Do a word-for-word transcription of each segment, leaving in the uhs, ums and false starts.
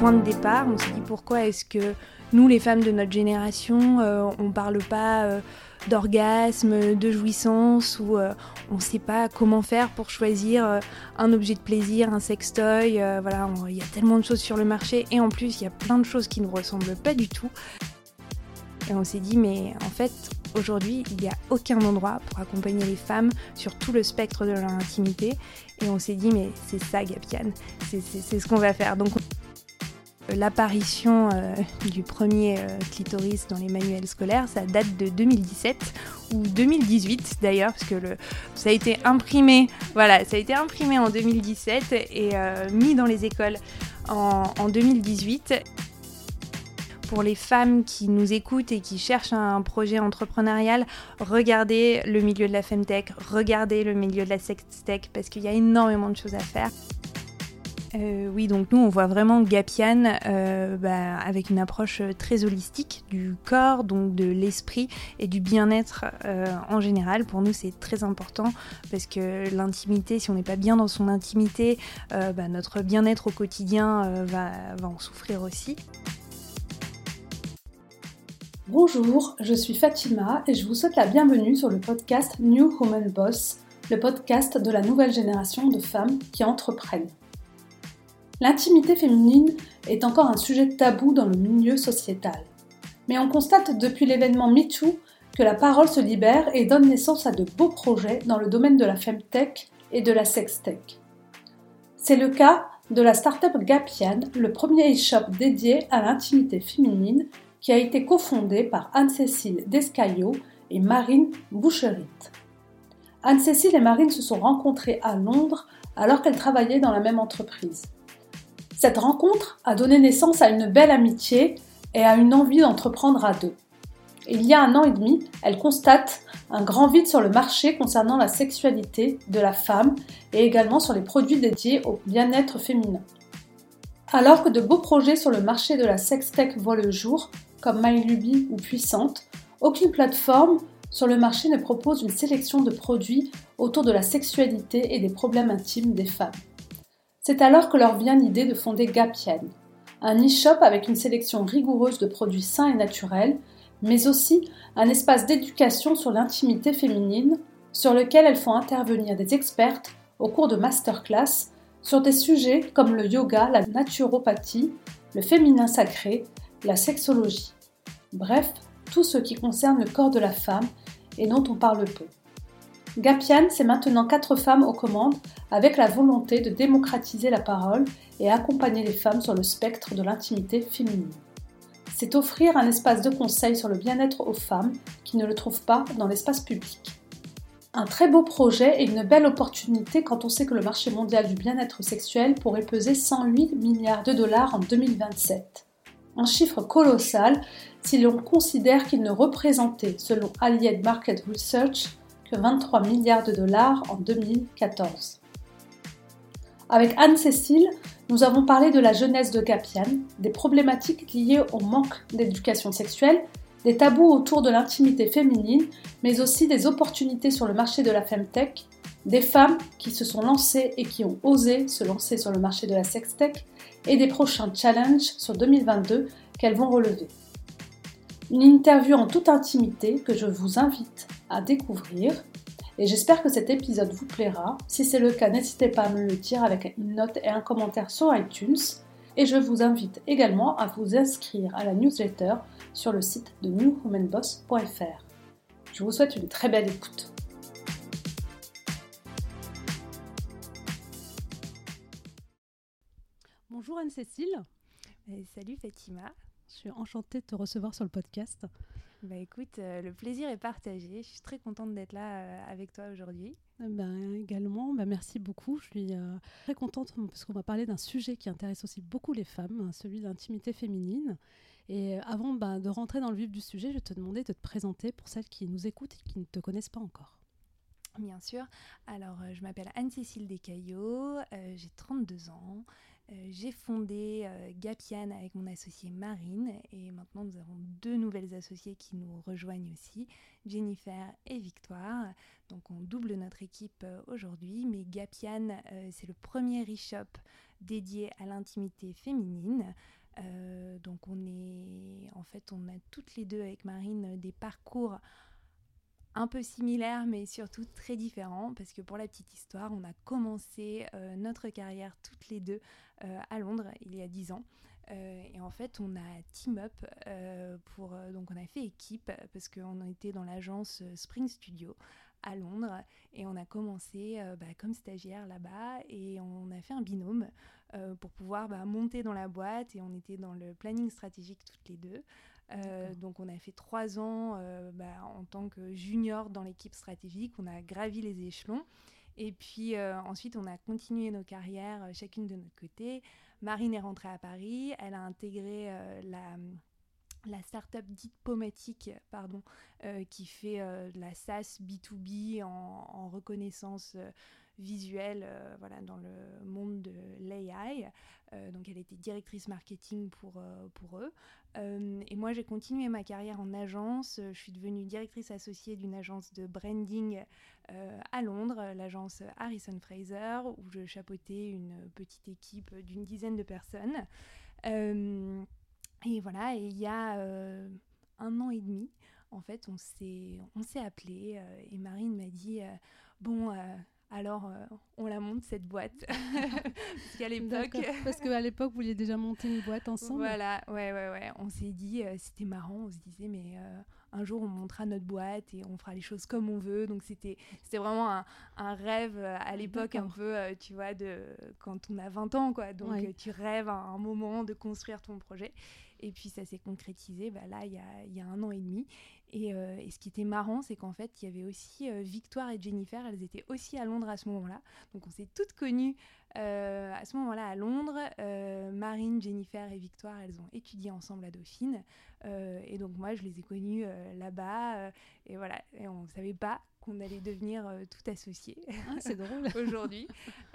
point de départ. On s'est dit pourquoi est-ce que nous, les femmes de notre génération, euh, on ne parle pas euh, d'orgasme, de jouissance, ou euh, on ne sait pas comment faire pour choisir euh, un objet de plaisir, un sextoy. Euh, voilà, il y a tellement de choses sur le marché et en plus, il y a plein de choses qui ne nous ressemblent pas du tout. Et on s'est dit, mais en fait, aujourd'hui, il n'y a aucun endroit pour accompagner les femmes sur tout le spectre de leur intimité. Et on s'est dit, mais c'est ça, Gapian, c'est, c'est, c'est ce qu'on va faire. Donc, l'apparition euh, du premier euh, clitoris dans les manuels scolaires, ça date de deux mille dix-sept ou deux mille dix-huit d'ailleurs, parce que le, ça a été imprimé, voilà, ça a été imprimé en deux mille dix-sept et euh, mis dans les écoles en, en deux mille dix-huit. Pour les femmes qui nous écoutent et qui cherchent un projet entrepreneurial, regardez le milieu de la femtech, regardez le milieu de la sextech, parce qu'il y a énormément de choses à faire. Euh, oui, donc nous, on voit vraiment Gapian euh, bah, avec une approche très holistique du corps, donc de l'esprit et du bien-être euh, en général. Pour nous, c'est très important parce que l'intimité, si on n'est pas bien dans son intimité, euh, bah, notre bien-être au quotidien euh, va, va en souffrir aussi. Bonjour, je suis Fatima et je vous souhaite la bienvenue sur le podcast New Woman Boss, le podcast de la nouvelle génération de femmes qui entreprennent. L'intimité féminine est encore un sujet tabou dans le milieu sociétal. Mais on constate depuis l'événement MeToo que la parole se libère et donne naissance à de beaux projets dans le domaine de la femtech et de la sextech. C'est le cas de la start-up Gapian, le premier e-shop dédié à l'intimité féminine qui a été cofondé par Anne-Cécile Descaillot et Marine Boucherit. Anne-Cécile et Marine se sont rencontrées à Londres alors qu'elles travaillaient dans la même entreprise. Cette rencontre a donné naissance à une belle amitié et à une envie d'entreprendre à deux. Il y a un an et demi, elles constatent un grand vide sur le marché concernant la sexualité de la femme et également sur les produits dédiés au bien-être féminin. Alors que de beaux projets sur le marché de la sextech voient le jour, comme MyLuby ou Puissante, aucune plateforme sur le marché ne propose une sélection de produits autour de la sexualité et des problèmes intimes des femmes. C'est alors que leur vient l'idée de fonder Gapian, un e-shop avec une sélection rigoureuse de produits sains et naturels, mais aussi un espace d'éducation sur l'intimité féminine, sur lequel elles font intervenir des expertes au cours de masterclass sur des sujets comme le yoga, la naturopathie, le féminin sacré, la sexologie. Bref, tout ce qui concerne le corps de la femme et dont on parle peu. Gapian, c'est maintenant quatre femmes aux commandes avec la volonté de démocratiser la parole et accompagner les femmes sur le spectre de l'intimité féminine. C'est offrir un espace de conseil sur le bien-être aux femmes qui ne le trouvent pas dans l'espace public. Un très beau projet et une belle opportunité quand on sait que le marché mondial du bien-être sexuel pourrait peser cent huit milliards de dollars en deux mille vingt-sept. Un chiffre colossal si l'on considère qu'il ne représentait, selon Allied Market Research, que vingt-trois milliards de dollars en deux mille quatorze. Avec Anne-Cécile, nous avons parlé de la jeunesse de Gapian, des problématiques liées au manque d'éducation sexuelle, des tabous autour de l'intimité féminine, mais aussi des opportunités sur le marché de la femtech, des femmes qui se sont lancées et qui ont osé se lancer sur le marché de la sextech, et des prochains challenges sur deux mille vingt-deux qu'elles vont relever. Une interview en toute intimité que je vous invite à découvrir et j'espère que cet épisode vous plaira. Si c'est le cas, n'hésitez pas à me le dire avec une note et un commentaire sur iTunes et je vous invite également à vous inscrire à la newsletter sur le site de new woman boss point f r. Je vous souhaite une très belle écoute. Bonjour Anne-Cécile. Et salut Fatima. Je suis enchantée de te recevoir sur le podcast. Bah écoute, euh, le plaisir est partagé. Je suis très contente d'être là euh, avec toi aujourd'hui. Ben, également, ben, merci beaucoup. Je suis euh, très contente parce qu'on va parler d'un sujet qui intéresse aussi beaucoup les femmes, celui de l'intimité féminine. Et avant ben, de rentrer dans le vif du sujet, je vais te demander de te présenter pour celles qui nous écoutent et qui ne te connaissent pas encore. Bien sûr. Alors, euh, je m'appelle Anne-Cécile Descaillot, euh, j'ai trente-deux ans. Euh, j'ai fondé euh, Gapian avec mon associée Marine et maintenant nous avons deux nouvelles associées qui nous rejoignent aussi, Jennifer et Victoire. Donc on double notre équipe euh, aujourd'hui, mais Gapian euh, c'est le premier e-shop dédiée à l'intimité féminine. Euh, donc on est, en fait, on a toutes les deux avec Marine des parcours un peu similaires, mais surtout très différents, parce que pour la petite histoire, on a commencé euh, notre carrière toutes les deux euh, à Londres il y a dix ans. Euh, et en fait, on a team up euh, pour, euh, donc on a fait équipe parce qu'on était dans l'agence Spring Studio à Londres et on a commencé euh, bah, comme stagiaire là-bas et on a fait un binôme euh, pour pouvoir bah, monter dans la boîte et on était dans le planning stratégique toutes les deux. Euh, donc on a fait trois ans euh, bah, en tant que junior dans l'équipe stratégique, on a gravi les échelons. Et puis euh, ensuite, on a continué nos carrières euh, chacune de notre côté. Marine est rentrée à Paris, elle a intégré euh, la, la start-up dite Pomatic, pardon, euh, qui fait euh, de la SaaS B deux B en, en reconnaissance euh, visuelle euh, voilà, dans le monde de l'A I. Euh, donc elle était directrice marketing pour, euh, pour eux. Euh, et moi, j'ai continué ma carrière en agence. Je suis devenue directrice associée d'une agence de branding euh, à Londres, l'agence Harrison Fraser, où je chapeautais une petite équipe d'une dizaine de personnes. Euh, et voilà, et il y a euh, un an et demi, en fait, on s'est, on s'est appelés euh, et Marine m'a dit euh, bon, euh, alors euh, on la monte cette boîte. Parce qu'à l'époque. D'accord. Parce qu'à l'époque, vous vouliez déjà monter une boîte ensemble. Voilà, ouais, ouais, ouais. On s'est dit, euh, c'était marrant, on se disait, mais euh, un jour on montera notre boîte et on fera les choses comme on veut. Donc c'était, c'était vraiment un, un rêve euh, à l'époque, D'accord. un peu, euh, tu vois, de, quand on a vingt ans, quoi. Donc oui. euh, tu rêves à un moment de construire ton projet. Et puis ça s'est concrétisé bah, là, il y a, y a un an et demi. Et, euh, et ce qui était marrant, c'est qu'en fait, il y avait aussi euh, Victoire et Jennifer, elles étaient aussi à Londres à ce moment-là. Donc on s'est toutes connues euh, à ce moment-là à Londres. Euh, Marine, Jennifer et Victoire, elles ont étudié ensemble à Dauphine. Euh, et donc moi, je les ai connues euh, là-bas. Euh, et voilà, et on ne savait pas qu'on allait devenir euh, tout associés. Ah, c'est drôle. Aujourd'hui.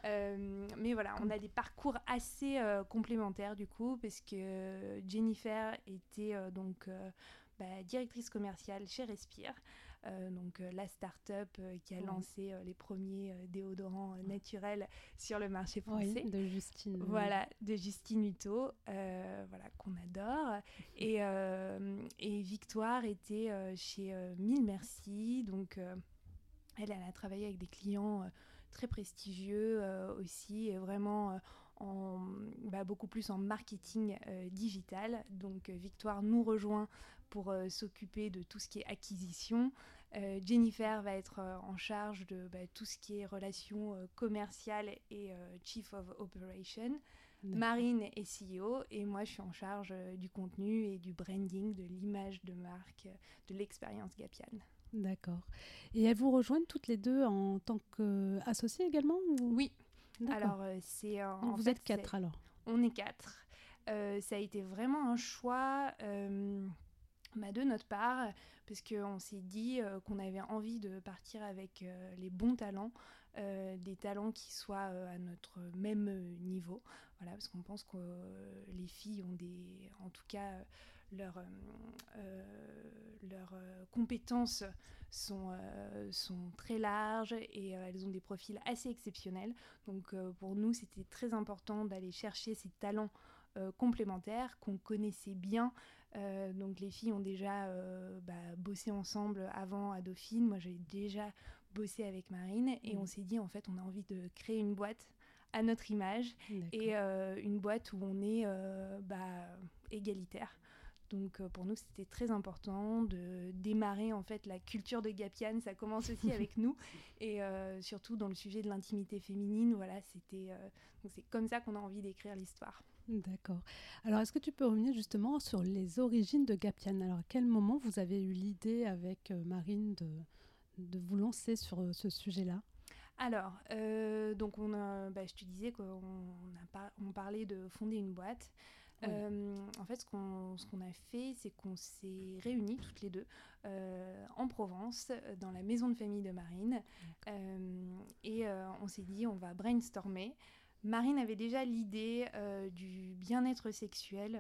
Euh, mais voilà, on a des parcours assez euh, complémentaires du coup, parce que Jennifer était euh, donc euh, bah, directrice commerciale chez Respire, euh, donc euh, la start-up euh, qui a ouais. lancé euh, les premiers euh, déodorants euh, naturels sur le marché français. Oui, de Justine. Voilà, de Justine Hutto, euh, voilà, qu'on adore. Et, euh, et Victoire était euh, chez euh, Mille Merci, donc... Euh, Elle, elle a travaillé avec des clients euh, très prestigieux euh, aussi, et vraiment euh, en, bah, beaucoup plus en marketing euh, digital. Donc euh, Victoire nous rejoint pour euh, s'occuper de tout ce qui est acquisition. Euh, Jennifer va être euh, en charge de bah, tout ce qui est relations euh, commerciales et euh, Chief of Operation. D'accord. Marine est C E O et moi je suis en charge euh, du contenu et du branding, de l'image de marque, de l'expérience Gapian. D'accord. Et elles vous rejoignent toutes les deux en tant qu'associées également ou... Oui. D'accord. Alors, euh, c'est... Euh, vous fait, êtes quatre c'est... alors. On est quatre. Euh, ça a été vraiment un choix euh, bah, de notre part, parce qu'on s'est dit euh, qu'on avait envie de partir avec euh, les bons talents, euh, des talents qui soient euh, à notre même niveau. Voilà, parce qu'on pense que euh, les filles ont des... En tout cas... Euh, leurs euh, leur, euh, compétences sont, euh, sont très larges et euh, elles ont des profils assez exceptionnels. Donc euh, pour nous, c'était très important d'aller chercher ces talents euh, complémentaires qu'on connaissait bien. Euh, donc les filles ont déjà euh, bah, bossé ensemble avant à Dauphine. Moi, j'avais déjà bossé avec Marine et mmh. on s'est dit, en fait, on a envie de créer une boîte à notre image. D'accord. Et euh, une boîte où on est euh, bah, égalitaire. Donc euh, pour nous, c'était très important de démarrer en fait la culture de Gapian. Ça commence aussi avec nous et euh, surtout dans le sujet de l'intimité féminine. Voilà, c'était euh, donc c'est comme ça qu'on a envie d'écrire l'histoire. D'accord. Alors, est-ce que tu peux revenir justement sur les origines de Gapian ? Alors, à quel moment vous avez eu l'idée avec euh, Marine de, de vous lancer sur euh, ce sujet-là ? Alors, euh, donc on a, bah, je te disais qu'on a par, on parlait de fonder une boîte. Oui. Euh, en fait, ce qu'on, ce qu'on a fait, c'est qu'on s'est réunis toutes les deux euh, en Provence, dans la maison de famille de Marine. Euh, et euh, on s'est dit, on va brainstormer. Marine avait déjà l'idée euh, du bien-être sexuel.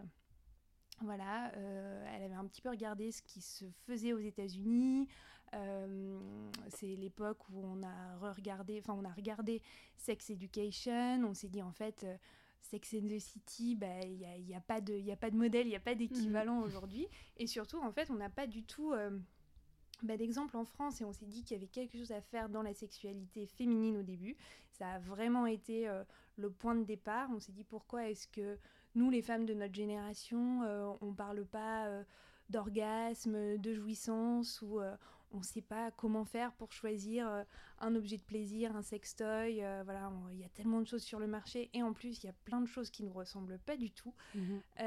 Voilà, euh, elle avait un petit peu regardé ce qui se faisait aux États-Unis. Euh, c'est l'époque où on a regardé, enfin on a regardé Sex Education. On s'est dit en fait, euh, Sex and the City, bah, il n'y a, y a pas de, y a pas de modèle, il n'y a pas d'équivalent mmh. aujourd'hui. Et surtout, en fait, on n'a pas du tout euh, bah, d'exemple en France. Et on s'est dit qu'il y avait quelque chose à faire dans la sexualité féminine au début. Ça a vraiment été euh, le point de départ. On s'est dit, pourquoi est-ce que nous, les femmes de notre génération, euh, on ne parle pas euh, d'orgasme, de jouissance, ou euh, on ne sait pas comment faire pour choisir euh, un objet de plaisir, un sextoy. Euh, voilà, il y a tellement de choses sur le marché, et en plus, il y a plein de choses qui ne nous ressemblent pas du tout. Mmh.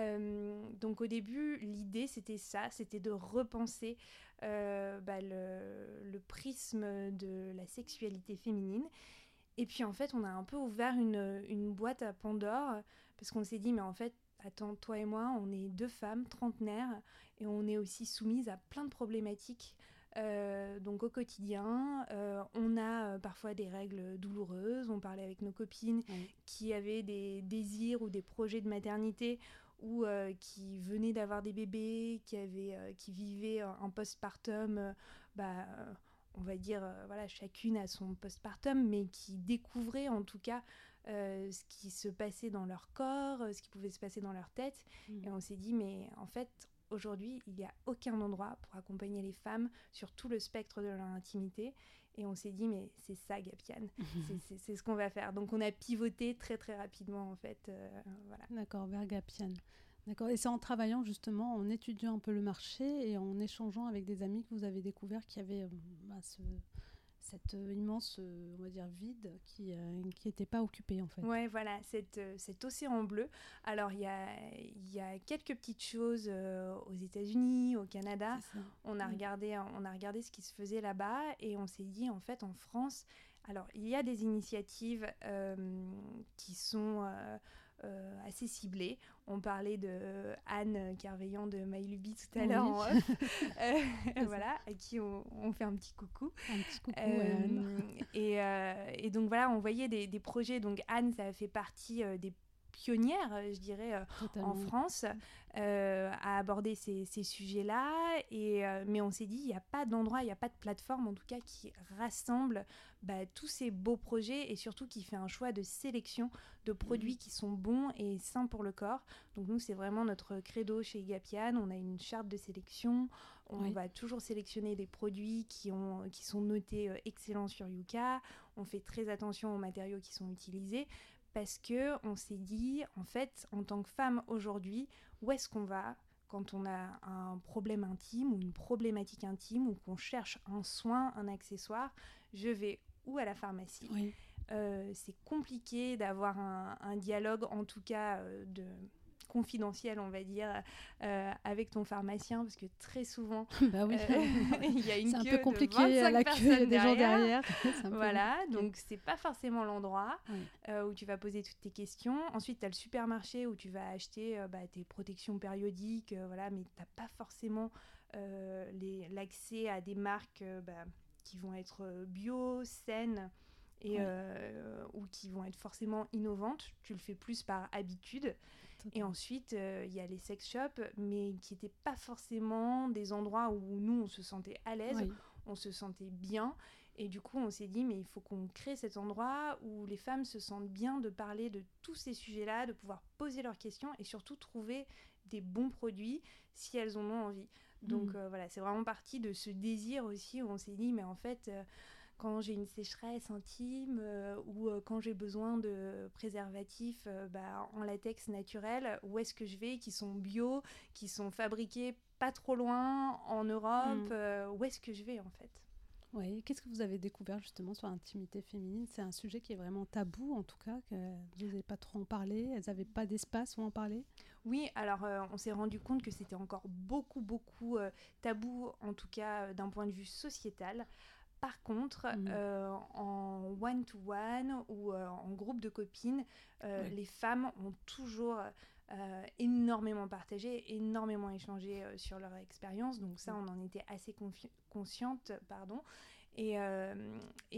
Euh, donc au début, l'idée, c'était ça, c'était de repenser euh, bah, le, le prisme de la sexualité féminine. Et puis en fait, on a un peu ouvert une, une boîte à Pandore, parce qu'on s'est dit, mais en fait, attends, toi et moi, on est deux femmes trentenaires, et on est aussi soumises à plein de problématiques. Euh, donc au quotidien, euh, on a euh, parfois des règles douloureuses. On parlait avec nos copines oui. qui avaient des désirs ou des projets de maternité, ou euh, qui venaient d'avoir des bébés, qui, avaient, euh, qui vivaient un postpartum, euh, bah, euh, on va dire, euh, voilà, chacune a son postpartum, mais qui découvraient en tout cas euh, ce qui se passait dans leur corps, euh, ce qui pouvait se passer dans leur tête. Mmh. Et on s'est dit, mais en fait, aujourd'hui, il n'y a aucun endroit pour accompagner les femmes sur tout le spectre de leur intimité. Et on s'est dit, mais c'est ça, Gapian, mmh. c'est, c'est, c'est ce qu'on va faire. Donc on a pivoté très très rapidement, en fait. Euh, voilà. D'accord, vers Gapian. D'accord. Et c'est en travaillant justement, en étudiant un peu le marché et en échangeant avec des amis que vous avez découvert qu'il y avait euh, bah, ce, cette euh, immense, euh, on va dire, vide qui euh, qui n'était pas occupé en fait. Ouais, voilà, cette, euh, cet océan bleu. Alors, il y a, y a quelques petites choses euh, aux États-Unis, au Canada. On a, oui. regardé, on a regardé ce qui se faisait là-bas, et on s'est dit, en fait, en France, alors, il y a des initiatives euh, qui sont... Euh, Euh, assez ciblée. On parlait de Anne Kerveillant de MyLuby tout à oui. l'heure en off, euh, voilà, à qui on, on fait un petit coucou. Un petit coucou, euh, Anne. Et, euh, et donc voilà, on voyait des, des projets. Donc Anne, ça fait partie euh, des pionnière, je dirais, euh, en France, euh, à aborder ces, ces sujets-là. Et, euh, mais on s'est dit, il n'y a pas d'endroit, il n'y a pas de plateforme, en tout cas, qui rassemble bah, tous ces beaux projets, et surtout qui fait un choix de sélection de produits mmh. qui sont bons et sains pour le corps. Donc nous, c'est vraiment notre credo chez Gapian. On a une charte de sélection. On oui. va toujours sélectionner des produits qui, ont, qui sont notés euh, excellents sur Yuka. On fait très attention aux matériaux qui sont utilisés. Parce qu'on s'est dit, en fait, en tant que femme aujourd'hui, où est-ce qu'on va quand on a un problème intime ou une problématique intime, ou qu'on cherche un soin, un accessoire? Je vais ou à la pharmacie. Oui. Euh, c'est compliqué d'avoir un, un dialogue, en tout cas euh, de... confidentiel, on va dire, euh, avec ton pharmacien, parce que très souvent, bah oui. euh, il y a une c'est queue un peu compliqué de vingt-cinq à la personnes queue, des derrière. gens derrière. Voilà, donc c'est pas forcément l'endroit oui. euh, où tu vas poser toutes tes questions. Ensuite, tu as le supermarché où tu vas acheter euh, bah, tes protections périodiques, euh, voilà, mais tu n'as pas forcément euh, les, l'accès à des marques euh, bah, qui vont être bio, saines, et, ouais. euh, ou qui vont être forcément innovantes. Tu le fais plus par habitude. Totalement. Et ensuite, il euh, y a les sex shops, mais qui n'étaient pas forcément des endroits où nous, on se sentait à l'aise, oui. on se sentait bien. Et du coup, on s'est dit, mais il faut qu'on crée cet endroit où les femmes se sentent bien de parler de tous ces sujets-là, de pouvoir poser leurs questions, et surtout trouver des bons produits si elles en ont envie. Donc mmh. euh, voilà, c'est vraiment parti de ce désir aussi, où on s'est dit, mais en fait... Euh, quand j'ai une sécheresse intime euh, ou euh, quand j'ai besoin de préservatifs euh, bah, en latex naturel, où est-ce que je vais, qui sont bio, qui sont fabriqués pas trop loin en Europe, mmh. euh, où est-ce que je vais en fait? Oui, qu'est-ce que vous avez découvert justement sur l'intimité féminine? C'est un sujet qui est vraiment tabou, en tout cas, que vous n'avez pas trop en parler, elles n'avaient pas d'espace où en parler? Oui, alors euh, on s'est rendu compte que c'était encore beaucoup, beaucoup euh, tabou, en tout cas euh, d'un point de vue sociétal. Par contre, mmh. euh, en one-to-one ou euh, en groupe de copines, euh, oui. les femmes ont toujours euh, énormément partagé, énormément échangé euh, sur leur expérience. Donc ça, on en était assez confi- consciente. Pardon. Et, euh,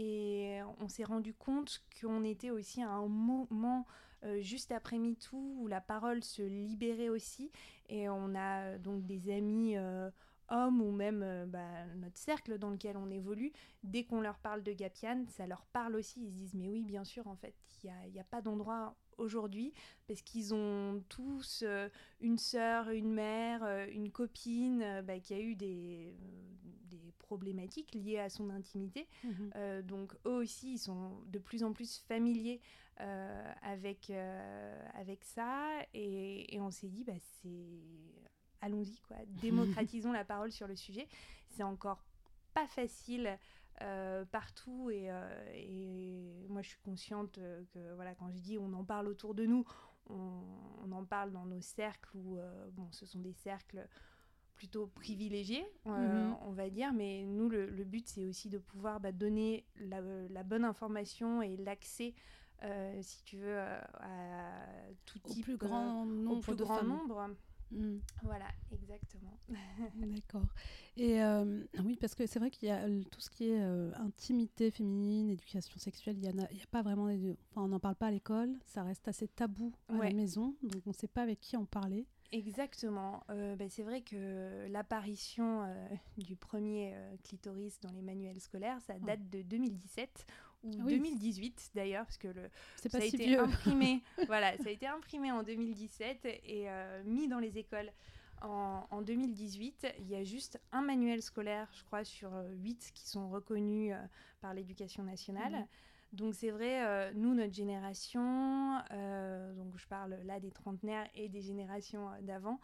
et on s'est rendu compte qu'on était aussi à un moment euh, juste après MeToo où la parole se libérait aussi. Et on a donc des amis... Euh, hommes ou même euh, bah, notre cercle dans lequel on évolue, dès qu'on leur parle de Gapian, ça leur parle aussi. Ils se disent mais oui, bien sûr, en fait, il n'y a, y a pas d'endroit aujourd'hui, parce qu'ils ont tous euh, une sœur, une mère, euh, une copine euh, bah, qui a eu des, euh, des problématiques liées à son intimité. Mmh. Euh, donc eux aussi, ils sont de plus en plus familiers euh, avec, euh, avec ça. Et, et on s'est dit, bah, c'est... allons-y, quoi. Démocratisons la parole sur le sujet. C'est encore pas facile euh, partout et, euh, et moi je suis consciente que voilà, quand je dis on en parle autour de nous, on, on en parle dans nos cercles où euh, bon, ce sont des cercles plutôt privilégiés, euh, Mm-hmm. on va dire, mais nous le, le but c'est aussi de pouvoir bah, donner la, la bonne information et l'accès euh, si tu veux à tout Au type plus grand euh, nombre au plus de grand femmes. nombre. Mmh. Voilà, exactement. D'accord. Et euh, oui, parce que c'est vrai qu'il y a euh, tout ce qui est euh, intimité féminine, éducation sexuelle, il y en a, il y a pas vraiment, des... enfin, on n'en parle pas à l'école, ça reste assez tabou à Ouais. la maison, donc on ne sait pas avec qui en parler. Exactement. Euh, bah, c'est vrai que l'apparition euh, du premier euh, clitoris dans les manuels scolaires, ça date Ouais. de deux mille dix-sept ou Ah oui. deux mille dix-huit d'ailleurs, parce que le, C'est ça pas a si été vieux. imprimé. Voilà, ça a été imprimé en deux mille dix-sept et euh, mis dans les écoles en, en deux mille dix-huit. Il y a juste un manuel scolaire, je crois, sur euh, huit qui sont reconnus euh, par l'éducation nationale. Mmh. Donc c'est vrai, euh, nous, notre génération, euh, donc je parle là des trentenaires et des générations d'avant,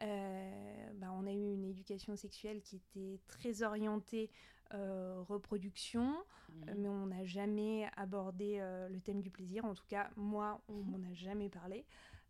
euh, bah, on a eu une éducation sexuelle qui était très orientée euh, reproduction, mmh. euh, mais on n'a jamais abordé euh, le thème du plaisir. En tout cas, moi, on m'en a jamais parlé.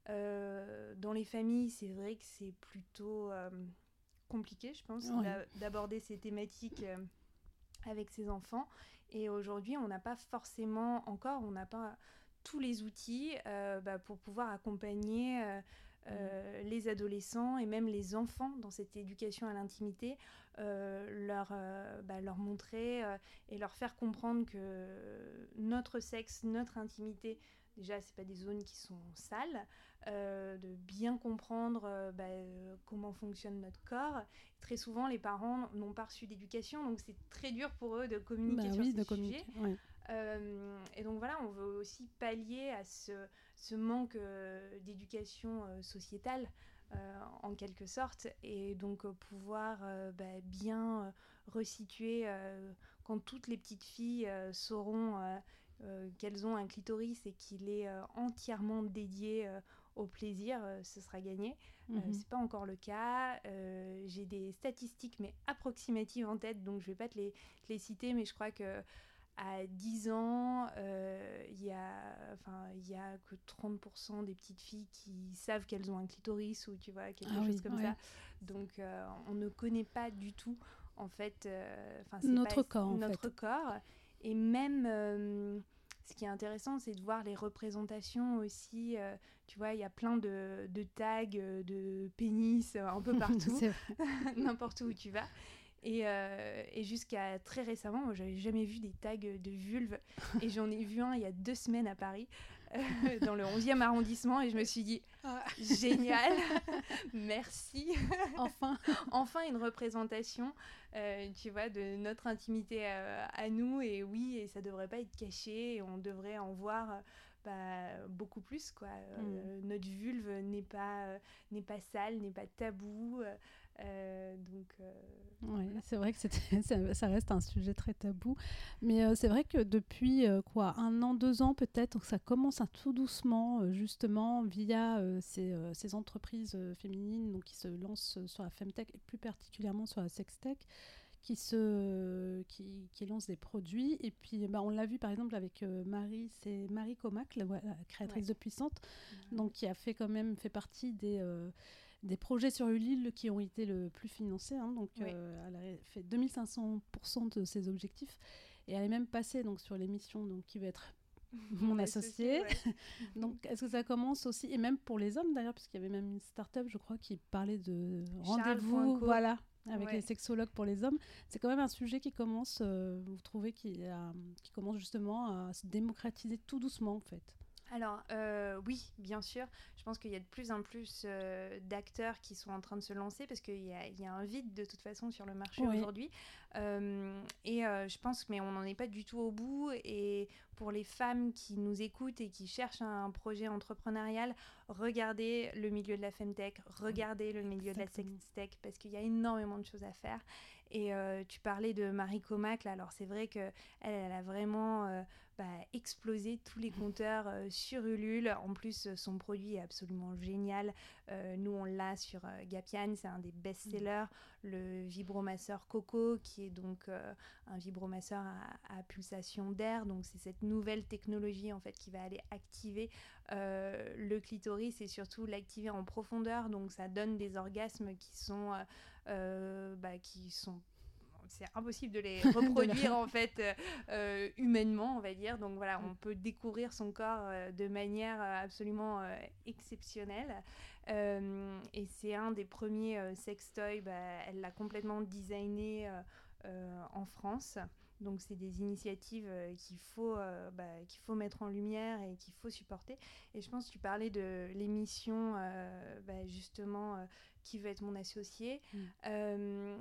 Euh, dans les familles, c'est vrai que c'est plutôt euh, compliqué, je pense, Ouais. d'a- d'aborder ces thématiques euh, avec ses enfants. Et aujourd'hui, on n'a pas forcément encore, on n'a pas tous les outils euh, bah, pour pouvoir accompagner euh, euh, mmh. les adolescents et même les enfants dans cette éducation à l'intimité, euh, leur, euh, bah, leur montrer euh, et leur faire comprendre que notre sexe, notre intimité, déjà, c'est pas des zones qui sont sales, euh, de bien comprendre euh, bah, euh, comment fonctionne notre corps. Très souvent, les parents n'ont pas reçu d'éducation, donc c'est très dur pour eux de communiquer bah sur oui, ces de sujets. Ouais. Euh, et donc voilà, on veut aussi pallier à ce, ce manque euh, d'éducation euh, sociétale, euh, en quelque sorte, et donc euh, pouvoir euh, bah, bien euh, resituer euh, quand toutes les petites filles euh, sauront euh, euh, qu'elles ont un clitoris et qu'il est euh, entièrement dédié euh, au plaisir, euh, ce sera gagné. Mm-hmm. Euh, c'est pas encore le cas. Euh, j'ai des statistiques mais approximatives en tête, donc je vais pas te les, te les citer, mais je crois que à dix ans, il euh, y a, enfin, il y a que trente pour cent des petites filles qui savent qu'elles ont un clitoris ou tu vois quelque ah chose oui, comme ouais. ça. Donc euh, on ne connaît pas du tout en fait, euh, c'est notre pas, corps, notre en fait. corps. Et même euh, ce qui est intéressant, c'est de voir les représentations aussi. Euh, tu vois, il y a plein de, de tags de pénis un peu partout, n'importe où tu vas. Et, euh, et jusqu'à très récemment, moi, j'avais jamais vu des tags de vulve. Et j'en ai vu un il y a deux semaines à Paris, euh, dans le onzième arrondissement. Et je me suis dit, ah. génial, merci. Enfin. Enfin une représentation, euh, tu vois, de notre intimité à, à nous. Et oui, et ça devrait pas être caché. Et on devrait en voir... Euh, Bah, beaucoup plus quoi. Euh, mmh. Notre vulve n'est pas euh, n'est pas sale, n'est pas tabou, euh, donc euh, ouais, voilà. C'est vrai que c'était, ça, ça reste un sujet très tabou, mais euh, c'est vrai que depuis euh, quoi un an deux ans peut-être ça commence à tout doucement euh, justement via euh, ces, euh, ces entreprises euh, féminines donc qui se lancent sur la femtech et plus particulièrement sur la sextech, qui, se, qui, qui lance des produits. Et puis, bah, on l'a vu par exemple avec euh, Marie, c'est Marie Comac, la, la créatrice ouais. de Puissante, ouais. donc qui a fait quand même fait partie des, euh, des projets sur Ulule qui ont été le plus financés. Hein, donc, ouais. euh, elle a fait deux mille cinq cents pour cent de ses objectifs. Et elle est même passée donc, sur l'émission donc, qui va être mon associé. Ouais. Donc, est-ce que ça commence aussi, et même pour les hommes d'ailleurs, puisqu'il y avait même une start-up, je crois, qui parlait de rendez-vous, voilà, avec ouais. les sexologues pour les hommes. C'est quand même un sujet qui commence, euh, vous trouvez, qui, a, qui commence justement à se démocratiser tout doucement, en fait. Alors euh, oui, bien sûr, je pense qu'il y a de plus en plus euh, d'acteurs qui sont en train de se lancer parce qu'il y a, il y a un vide de toute façon sur le marché Oui. aujourd'hui euh, et euh, je pense mais on n'en est pas du tout au bout et pour les femmes qui nous écoutent et qui cherchent un projet entrepreneurial, regardez le milieu de la femtech, regardez le milieu Exactement. de la sextech parce qu'il y a énormément de choses à faire et euh, tu parlais de Marie Comac là, alors c'est vrai qu'elle elle a vraiment... Euh, Bah, exploser tous les compteurs euh, sur Ulule. En plus, euh, son produit est absolument génial. Euh, nous, on l'a sur euh, Gapian, c'est un des best-sellers. Mmh. Le vibromasseur Coco, qui est donc euh, un vibromasseur à, à pulsation d'air. Donc, c'est cette nouvelle technologie en fait qui va aller activer euh, le clitoris et surtout l'activer en profondeur. Donc, ça donne des orgasmes qui sont, euh, euh, bah, qui sont c'est impossible de les reproduire en fait euh, euh, humainement, on va dire. Donc voilà, on peut découvrir son corps euh, de manière euh, absolument euh, exceptionnelle. Euh, et c'est un des premiers euh, sextoys. Bah, elle l'a complètement designé euh, euh, en France. Donc c'est des initiatives euh, qu'il faut, euh, bah, qu'il faut mettre en lumière et qu'il faut supporter. Et je pense que tu parlais de l'émission euh, bah, justement euh, Qui veut être mon associé mm. euh,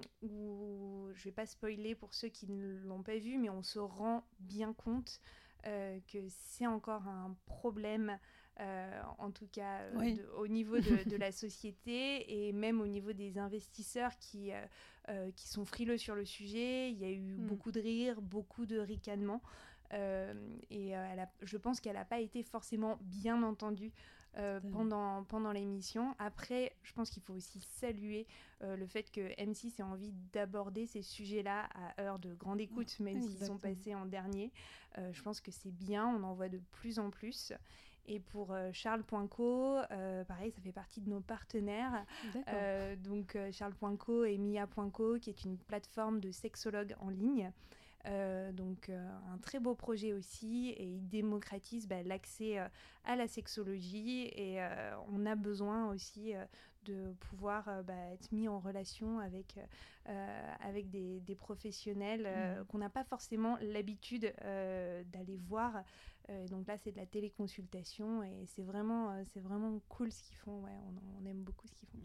où je vais pas spoiler pour ceux qui ne l'ont pas vu, mais on se rend bien compte euh, que c'est encore un problème euh, en tout cas euh, oui. de, au niveau de, de la société et même au niveau des investisseurs qui, euh, euh, qui sont frileux sur le sujet. Il y a eu mm. beaucoup de rires, beaucoup de ricanements euh, et euh, elle a, je pense qu'elle n'a pas été forcément bien entendue Euh, pendant, pendant l'émission. Après, je pense qu'il faut aussi saluer euh, le fait que M six ait envie d'aborder ces sujets-là à heure de grande écoute, même Exactement. S'ils sont passés en dernier. Euh, je pense que c'est bien, on en voit de plus en plus. Et pour euh, Charles point co, euh, pareil, ça fait partie de nos partenaires. Euh, donc euh, Charles point co et Mia point co, qui est une plateforme de sexologues en ligne. Euh, donc euh, un très beau projet aussi et il démocratise bah, l'accès euh, à la sexologie et euh, on a besoin aussi euh, de pouvoir euh, bah, être mis en relation avec, euh, avec des, des professionnels euh, mmh. qu'on n'a pas forcément l'habitude euh, d'aller voir. Euh, donc là c'est de la téléconsultation et c'est vraiment, euh, c'est vraiment cool ce qu'ils font. Ouais, on, on aime beaucoup ce qu'ils font.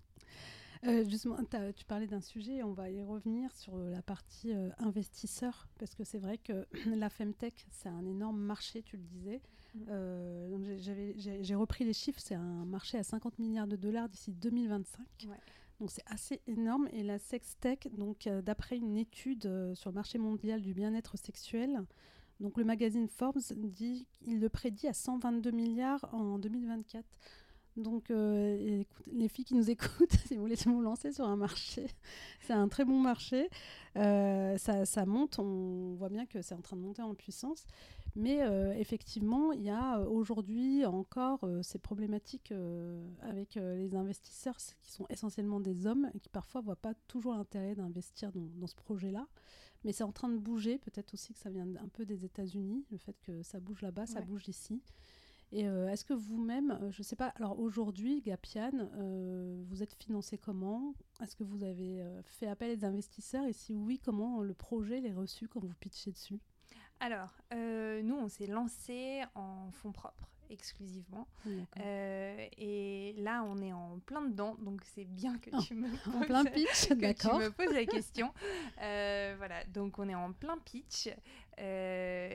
Euh, justement, tu parlais d'un sujet, on va y revenir sur la partie euh, investisseur, parce que c'est vrai que la femtech, c'est un énorme marché, tu le disais. Mmh. Euh, donc j'avais, j'ai, j'ai repris les chiffres, c'est un marché à cinquante milliards de dollars d'ici deux mille vingt-cinq. Ouais. Donc c'est assez énorme. Et la sextech, donc, euh, d'après une étude euh, sur le marché mondial du bien-être sexuel, donc le magazine Forbes dit qu'il le prédit à cent vingt-deux milliards en deux mille vingt-quatre. Donc, euh, écoute, les filles qui nous écoutent, si vous voulez vous lancer sur un marché, c'est un très bon marché. Euh, ça, ça monte, on voit bien que c'est en train de monter en puissance. Mais euh, effectivement, il y a aujourd'hui encore euh, ces problématiques euh, avec euh, les investisseurs qui sont essentiellement des hommes et qui parfois ne voient pas toujours l'intérêt d'investir dans, dans ce projet-là. Mais c'est en train de bouger, peut-être aussi que ça vient un peu des États-Unis, le fait que ça bouge là-bas, ça ouais. bouge ici. Et euh, est-ce que vous-même, euh, je ne sais pas, alors aujourd'hui, Gapian, euh, vous êtes financé comment ? Est-ce que vous avez euh, fait appel à des investisseurs ? Et si oui, comment le projet l'est reçu quand vous pitchez dessus ? Alors, euh, nous, on s'est lancé en fonds propres exclusivement. Euh, et là, on est en plein dedans, donc c'est bien que tu, oh, me, poses, en plein pitch, que d'accord. tu me poses la question. Euh, voilà, donc on est en plein pitch. Euh,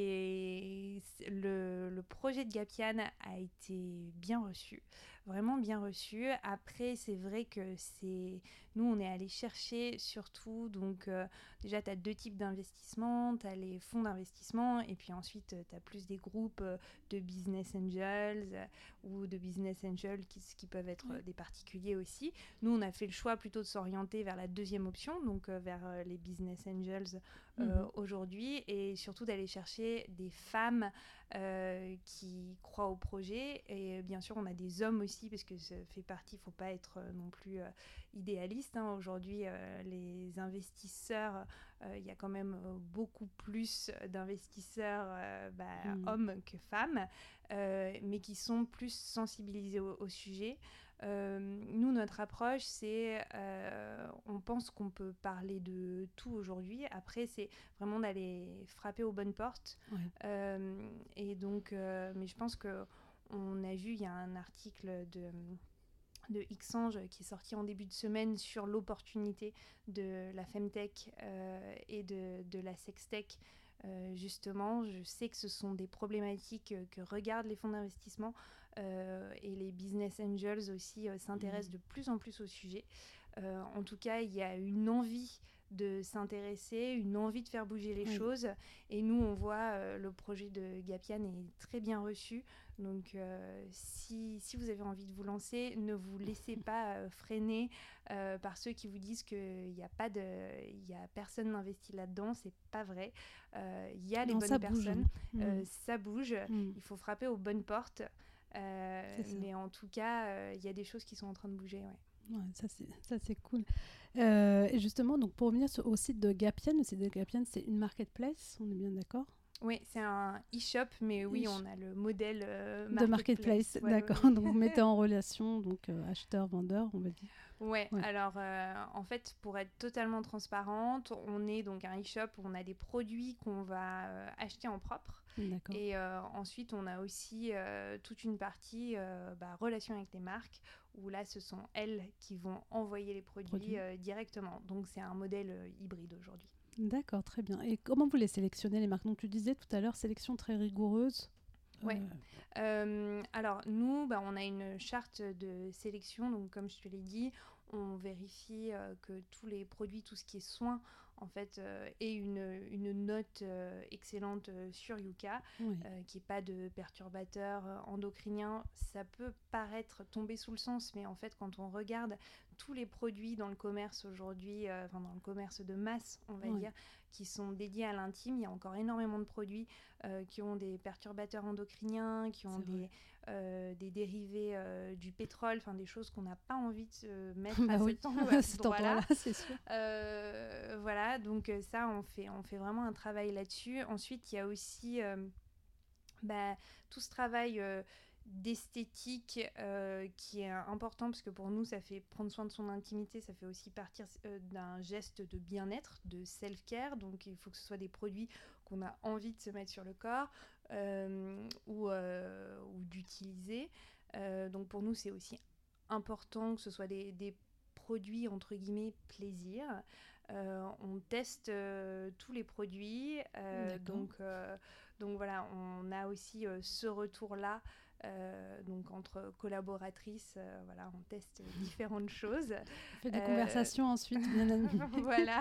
et le, le projet de Gapian a été bien reçu, vraiment bien reçu. Après, c'est vrai que c'est... Nous, on est allé chercher surtout, donc euh, déjà, tu as deux types d'investissements. Tu as les fonds d'investissement et puis ensuite, tu as plus des groupes de business angels euh, ou de business angels qui, qui peuvent être oui. euh, des particuliers aussi. Nous, on a fait le choix plutôt de s'orienter vers la deuxième option, donc euh, vers euh, les business angels euh, mm-hmm. aujourd'hui et surtout d'aller chercher des femmes euh, qui croient au projet et bien sûr, on a des hommes aussi parce que ça fait partie, il ne faut pas être euh, non plus euh, idéaliste. Hein. Aujourd'hui, euh, les investisseurs, il euh, y a quand même euh, beaucoup plus d'investisseurs euh, bah, mm. hommes que femmes. Euh, mais qui sont plus sensibilisés au, au sujet. Euh, nous, notre approche, c'est, euh, on pense qu'on peut parler de tout aujourd'hui. Après, c'est vraiment d'aller frapper aux bonnes portes. Ouais. Euh, et donc, euh, mais je pense que on a vu, il y a un article de de Xange qui est sorti en début de semaine sur l'opportunité de la femtech euh, et de, de la sextech. Euh, justement, je sais que ce sont des problématiques euh, que regardent les fonds d'investissement euh, et les business angels aussi euh, s'intéressent mmh. de plus en plus au sujet. Euh, en tout cas, il y a une envie de s'intéresser, une envie de faire bouger les oui. choses. Et nous, on voit euh, le projet de Gapian est très bien reçu. Donc, euh, si, si vous avez envie de vous lancer, ne vous laissez pas euh, freiner euh, par ceux qui vous disent qu'il n'y a pas de, il y a personne n'investit là-dedans. C'est pas vrai. Il euh, y a les non, bonnes ça personnes. Bouge. Euh, mmh. Ça bouge. Mmh. Il faut frapper aux bonnes portes. Euh, mais en tout cas, il euh, y a des choses qui sont en train de bouger. Ouais. Ouais, ça, c'est, ça, c'est cool. Euh, et justement, donc, pour revenir sur, au site de Gapian, le site de Gapian, c'est une marketplace, on est bien d'accord ? Oui, c'est un e-shop, mais oui, on a le modèle euh, marketplace. De marketplace, ouais, d'accord. Ouais. Donc, vous mettez en relation donc, euh, acheteur, vendeur, on va dire. Ouais, ouais. alors euh, en fait, pour être totalement transparente, on est donc un e-shop où on a des produits qu'on va euh, acheter en propre. D'accord. Et euh, ensuite, on a aussi euh, toute une partie euh, bah, relation avec les marques, où là, ce sont elles qui vont envoyer les produits, produits. Euh, directement. Donc, c'est un modèle euh, hybride aujourd'hui. D'accord, très bien. Et comment vous les sélectionnez, les marques ? Donc, tu disais tout à l'heure, sélection très rigoureuse. Oui. Euh... Euh, alors, nous, bah, on a une charte de sélection. Donc, comme je te l'ai dit, on vérifie euh, que tous les produits, tout ce qui est soins, en fait, euh, aient une, une note euh, excellente euh, sur Yuka, oui. euh, qu'il n'y ait pas de perturbateurs euh, endocriniens. Ça peut paraître tomber sous le sens, mais en fait, quand on regarde tous les produits dans le commerce aujourd'hui, euh, enfin dans le commerce de masse, on va oui. dire, qui sont dédiés à l'intime, il y a encore énormément de produits euh, qui ont des perturbateurs endocriniens, qui ont des, euh, des dérivés euh, du pétrole, enfin des choses qu'on n'a pas envie de se mettre bah à oui. cet endroit-là. cet endroit-là, c'est sûr. Euh, voilà, donc ça, on fait, on fait vraiment un travail là-dessus. Ensuite, il y a aussi euh, bah, tout ce travail euh, d'esthétique euh, qui est important, parce que pour nous, ça fait prendre soin de son intimité, ça fait aussi partir euh, d'un geste de bien-être, de self-care. Donc, il faut que ce soit des produits qu'on a envie de se mettre sur le corps euh, ou, euh, ou d'utiliser. Euh, donc, pour nous, c'est aussi important que ce soit des, des produits entre guillemets plaisir. Euh, on teste euh, tous les produits, euh, donc, euh, donc voilà, on a aussi euh, ce retour-là. Euh, donc entre collaboratrices, euh, voilà, on teste différentes choses. On fait des euh, conversations ensuite. Voilà,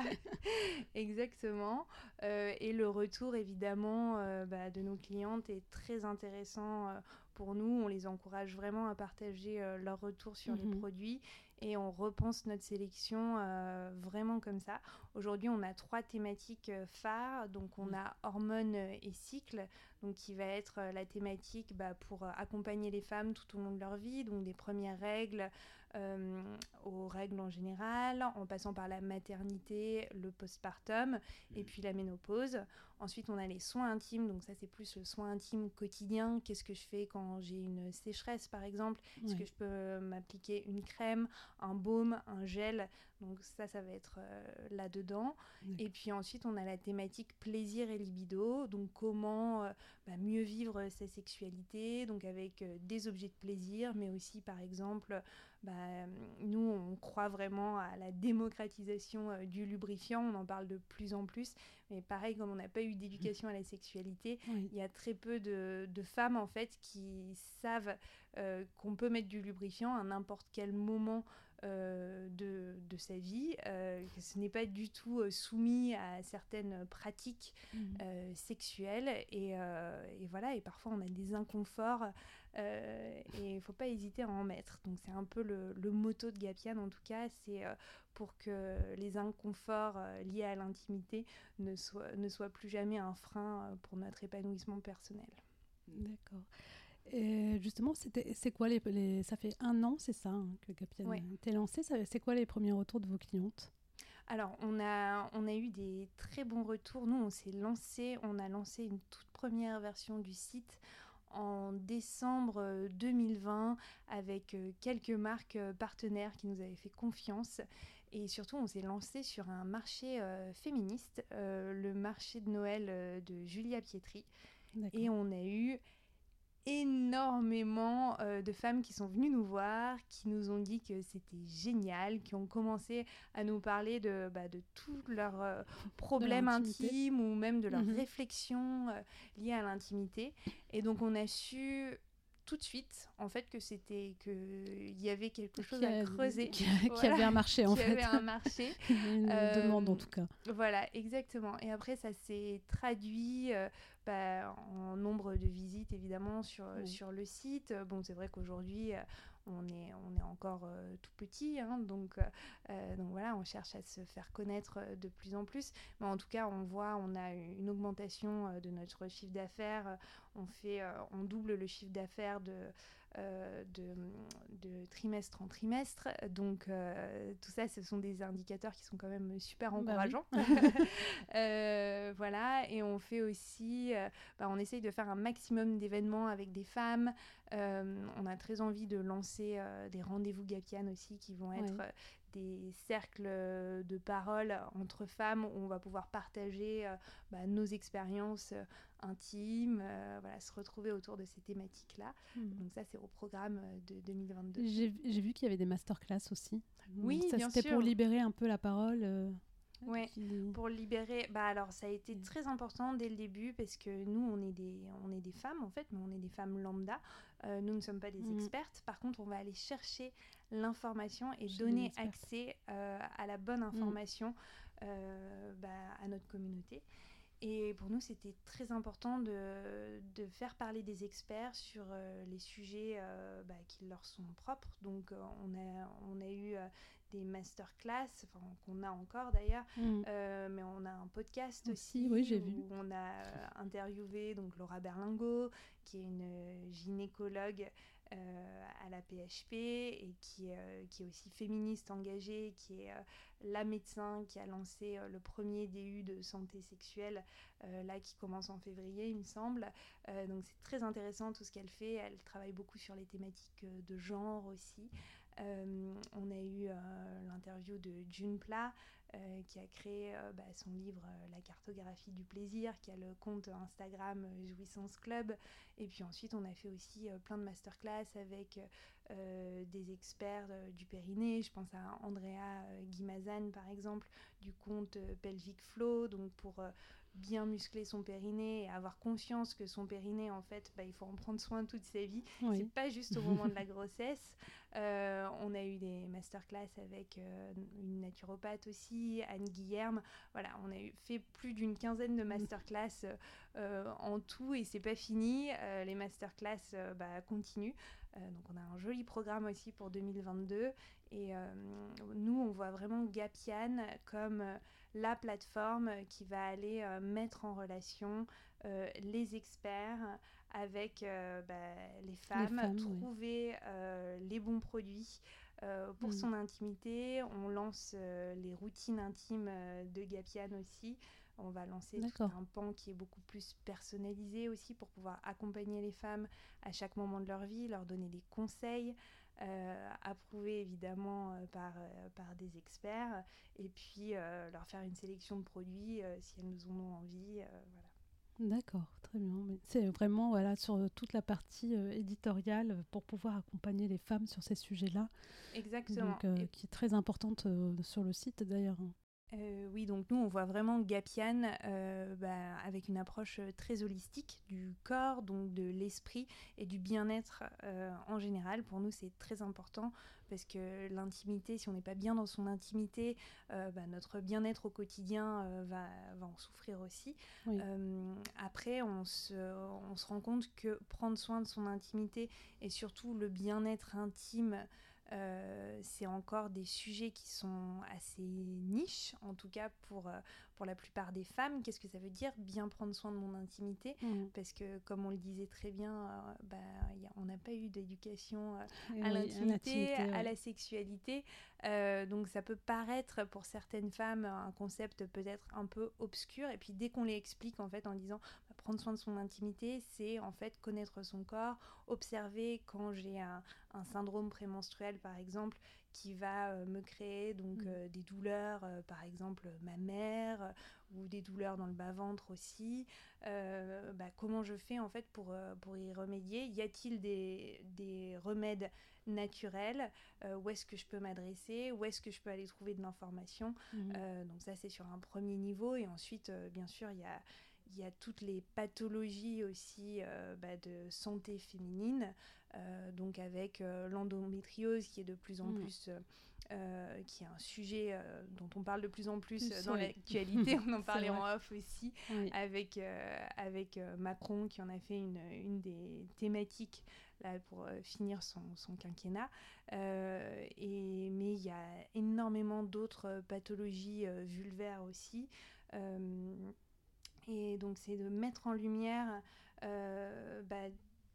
exactement. Euh, et le retour évidemment euh, bah, de nos clientes est très intéressant euh, pour nous. On les encourage vraiment à partager euh, leur retour sur mm-hmm. les produits et on repense notre sélection euh, vraiment comme ça. Aujourd'hui, on a trois thématiques euh, phares. Donc on a hormones et cycles, donc qui va être euh, la thématique bah, pour euh, accompagner les femmes tout au long de leur vie, donc des premières règles euh, aux règles en général, en passant par la maternité, le postpartum mmh. et puis la ménopause. Ensuite, on a les soins intimes, donc ça c'est plus le soin intime quotidien. Qu'est-ce que je fais quand j'ai une sécheresse par exemple ? Est-ce ouais. que je peux m'appliquer une crème, un baume, un gel ? Donc ça, ça va être euh, là-dedans. D'accord. Et puis ensuite, on a la thématique plaisir et libido, donc comment euh, bah, mieux vivre sa sexualité, donc avec euh, des objets de plaisir, mais aussi par exemple, bah, nous on croit vraiment à la démocratisation euh, du lubrifiant, on en parle de plus en plus, mais pareil, comme on n'a pas eu d'éducation à la sexualité, oui. il y a très peu de, de femmes en fait qui savent euh, qu'on peut mettre du lubrifiant à n'importe quel moment Euh, de, de sa vie, euh, que ce n'est pas du tout euh, soumis à certaines pratiques mmh. euh, sexuelles et, euh, et voilà, et parfois on a des inconforts euh, et il ne faut pas hésiter à en mettre. Donc c'est un peu le, le motto de Gapian en tout cas, c'est euh, pour que les inconforts euh, liés à l'intimité ne soient, ne soient plus jamais un frein euh, pour notre épanouissement personnel. D'accord. Et justement, c'était, c'est quoi les, les, ça fait un an, c'est ça, hein, que Gapian ouais. a été lancé. Ça, c'est quoi les premiers retours de vos clientes ? Alors, on a, on a eu des très bons retours. Nous, on s'est lancé, on a lancé une toute première version du site en décembre deux mille vingt avec euh, quelques marques euh, partenaires qui nous avaient fait confiance. Et surtout, on s'est lancé sur un marché euh, féministe, euh, le marché de Noël euh, de Julia Pietri. D'accord. Et on a eu énormément euh, de femmes qui sont venues nous voir, qui nous ont dit que c'était génial, qui ont commencé à nous parler de, bah, de tous leurs euh, problèmes intimes ou même de leurs mmh. réflexions euh, liées à l'intimité. Et donc on a su tout de suite en fait que c'était que il y avait quelque chose qui a, à creuser, qui, a, voilà, qui avait un marché en qui fait, avait un marché, une euh, demande en tout cas. Voilà, exactement. Et après ça s'est traduit euh, bah, en nombre de visites évidemment sur oui. sur le site. Bon, c'est vrai qu'aujourd'hui euh, on est on est encore euh, tout petit, hein, donc euh, donc voilà, on cherche à se faire connaître de plus en plus. Mais en tout cas, on voit, on a une augmentation euh, de notre chiffre d'affaires. On fait, euh, on double le chiffre d'affaires de, euh, de, de trimestre en trimestre. Donc, euh, tout ça, ce sont des indicateurs qui sont quand même super encourageants. Bah oui. euh, voilà. Et on fait aussi, euh, bah, on essaye de faire un maximum d'événements avec des femmes. Euh, on a très envie de lancer euh, des rendez-vous Gapian aussi qui vont être... Ouais. des cercles de parole entre femmes où on va pouvoir partager euh, bah, nos expériences euh, intimes, euh, voilà, se retrouver autour de ces thématiques-là. Mmh. Donc ça, c'est au programme de deux mille vingt-deux. J'ai, j'ai vu qu'il y avait des masterclass aussi. Oui, ça, bien c'était sûr. Pour libérer un peu la parole. Euh... Oui, qui... pour libérer. Bah alors, ça a été très important dès le début parce que nous, on est des, on est des femmes en fait, mais on est des femmes lambda. Euh, nous ne sommes pas des mmh. expertes. Par contre, on va aller chercher l'information et Chez donner accès euh, à la bonne information mmh. euh, bah, à notre communauté. Et pour nous, c'était très important de, de faire parler des experts sur euh, les sujets euh, bah, qui leur sont propres. Donc, euh, on, a, on a eu euh, des masterclass, enfin, qu'on a encore d'ailleurs, mmh. euh, mais on a un podcast aussi, aussi oui, j'ai où vu. on a euh, interviewé donc, Laura Berlingo, qui est une gynécologue euh, à la P H P et qui, euh, qui est aussi féministe engagée, qui est euh, la médecin qui a lancé euh, le premier D U de santé sexuelle, euh, là qui commence en février, il me semble. Euh, donc c'est très intéressant tout ce qu'elle fait. Elle travaille beaucoup sur les thématiques de genre aussi. Euh, on a eu euh, l'interview de June Pla, euh, qui a créé euh, bah, son livre euh, La cartographie du plaisir, qui a le compte Instagram euh, Jouissance Club. Et puis ensuite, on a fait aussi euh, plein de masterclass avec euh, des experts euh, du périnée. Je pense à Andrea euh, Guimazan, par exemple, du compte euh, Pelvic Flow, donc pour euh, bien muscler son périnée et avoir conscience que son périnée, en fait, bah, il faut en prendre soin toute sa vie. Oui. C'est pas juste au moment de la grossesse. Euh, on a eu des masterclass avec euh, une naturopathe aussi, Anne Guillerme. Voilà, on a eu, fait plus d'une quinzaine de masterclass euh, en tout et c'est pas fini. Euh, les masterclass euh, bah, continuent. Euh, donc on a un joli programme aussi pour deux mille vingt-deux. Et euh, nous, on voit vraiment Gapian comme euh, la plateforme qui va aller euh, mettre en relation euh, les experts avec euh, bah, les femmes, les femmes trouver oui. euh, les bons produits euh, pour mmh. son intimité. On lance euh, les routines intimes euh, de Gapian aussi. On va lancer D'accord. tout un pan qui est beaucoup plus personnalisé aussi pour pouvoir accompagner les femmes à chaque moment de leur vie, leur donner des conseils, euh, approuvés évidemment euh, par, euh, par des experts, et puis euh, leur faire une sélection de produits euh, si elles nous en ont envie. Euh, voilà. D'accord, très bien. C'est vraiment voilà, sur toute la partie euh, éditoriale pour pouvoir accompagner les femmes sur ces sujets-là. Exactement. Donc, euh, qui est très importante euh, sur le site d'ailleurs. Euh, oui, donc nous, on voit vraiment Gapian euh, bah, avec une approche très holistique du corps, donc de l'esprit et du bien-être euh, en général. Pour nous, c'est très important parce que l'intimité, si on n'est pas bien dans son intimité, euh, bah, notre bien-être au quotidien euh, va, va en souffrir aussi. Oui. Euh, après, on se, on se rend compte que prendre soin de son intimité et surtout le bien-être intime, Euh, c'est encore des sujets qui sont assez niches, en tout cas pour, euh, pour la plupart des femmes. Qu'est-ce que ça veut dire bien prendre soin de mon intimité? Mmh. Parce que comme on le disait très bien, euh, bah, y a, on n'a pas eu d'éducation euh, à, oui, l'intimité, à, ouais. à la sexualité. Euh, donc ça peut paraître pour certaines femmes un concept peut-être un peu obscur. Et puis dès qu'on les explique en fait en disant bah, prendre soin de son intimité, c'est en fait connaître son corps, observer quand j'ai un, un syndrome prémenstruel par exemple qui va euh, me créer donc mmh. euh, des douleurs, euh, par exemple mammaires euh, ou des douleurs dans le bas-ventre aussi. Euh, bah, comment je fais en fait pour, euh, pour y remédier? Y a-t-il des, des remèdes naturels? euh, Où est-ce que je peux m'adresser? Où est-ce que je peux aller trouver de l'information? mmh. euh, Donc ça c'est sur un premier niveau et ensuite euh, bien sûr il y a Il y a toutes les pathologies aussi euh, bah, de santé féminine, euh, donc avec euh, l'endométriose qui est de plus en mmh. plus, euh, euh, qui est un sujet euh, dont on parle de plus en plus, plus dans oui. l'actualité. On en parlait en off aussi, oui. avec, euh, avec euh, Macron qui en a fait une, une des thématiques là, pour euh, finir son, son quinquennat. Euh, et, mais il y a énormément d'autres pathologies euh, vulvaires aussi. Euh, Et donc, c'est de mettre en lumière euh, bah,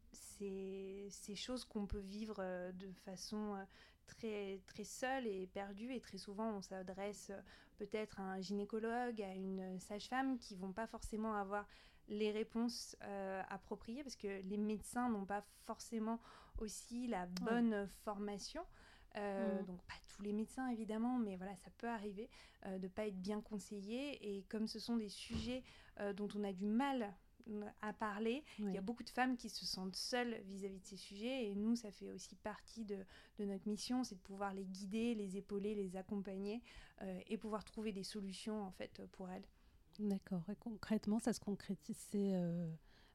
ces, ces choses qu'on peut vivre euh, de façon euh, très, très seule et perdue. Et très souvent, on s'adresse euh, peut-être à un gynécologue, à une sage-femme qui ne vont pas forcément avoir les réponses euh, appropriées parce que les médecins n'ont pas forcément aussi la bonne ouais. formation. Euh, mmh. Donc pas tous les médecins évidemment, mais voilà, ça peut arriver euh, de ne pas être bien conseillé. Et comme ce sont des sujets euh, dont on a du mal à parler, oui. il y a beaucoup de femmes qui se sentent seules vis-à-vis de ces sujets. Et nous, ça fait aussi partie de, de notre mission, c'est de pouvoir les guider, les épauler, les accompagner euh, et pouvoir trouver des solutions en fait pour elles. D'accord. Et concrètement, ça se concrétise c'est, euh,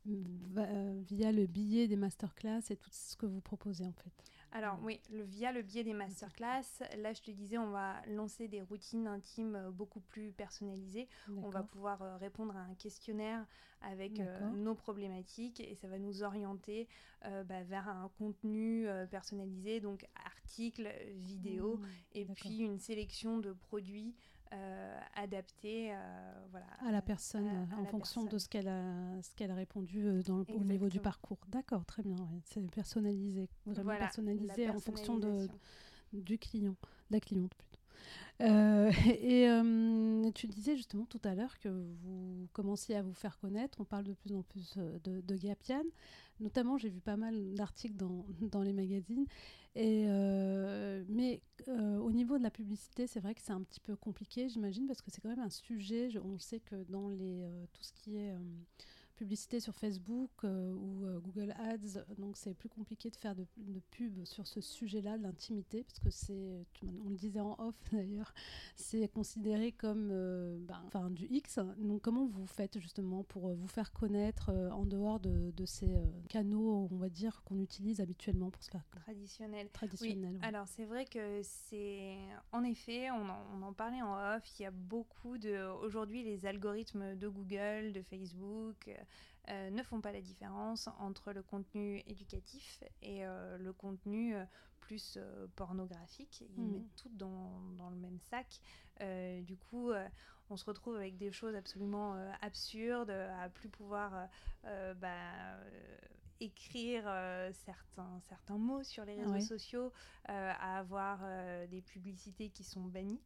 via le billet des masterclass et tout ce que vous proposez en fait. Alors oui, le, via le biais des masterclass, là je te disais, on va lancer des routines intimes beaucoup plus personnalisées. D'accord. On va pouvoir euh, répondre à un questionnaire avec euh, nos problématiques et ça va nous orienter euh, bah, vers un contenu euh, personnalisé, donc articles, vidéos mmh, et d'accord. puis une sélection de produits Euh, adapté euh, voilà, à la personne, à, à en la fonction personne. de ce qu'elle a, ce qu'elle a répondu dans le, au niveau du parcours. D'accord, très bien. Ouais. C'est personnalisé, vraiment voilà, personnalisé en fonction de, du client, de la cliente plutôt. Euh, et euh, tu disais justement tout à l'heure que vous commenciez à vous faire connaître. On parle de plus en plus de, de Gapian. Notamment, j'ai vu pas mal d'articles dans, dans les magazines. Et, euh, mais euh, au niveau de la publicité, c'est vrai que c'est un petit peu compliqué, j'imagine, parce que c'est quand même un sujet. Je, on sait que dans les, euh, tout ce qui est... Euh, publicité sur Facebook euh, ou euh, Google Ads, donc c'est plus compliqué de faire de, de pub sur ce sujet-là, l'intimité, parce que c'est, on le disait en off d'ailleurs, c'est considéré comme euh, ben, enfin, du X. Donc comment vous faites justement pour vous faire connaître euh, en dehors de, de ces euh, canaux, on va dire, qu'on utilise habituellement pour se faire connaître? Traditionnel. Traditionnel. Oui. Ouais. Alors c'est vrai que c'est, en effet, on en, on en parlait en off, il y a beaucoup de, aujourd'hui les algorithmes de Google, de Facebook, Euh, ne font pas la différence entre le contenu éducatif et euh, le contenu euh, plus euh, pornographique. Ils mmh. mettent tout dans, dans le même sac. Euh, du coup, euh, on se retrouve avec des choses absolument euh, absurdes, à plus pouvoir euh, euh, bah, euh, écrire euh, certains, certains mots sur les réseaux ah oui. sociaux, euh, à avoir euh, des publicités qui sont bannies.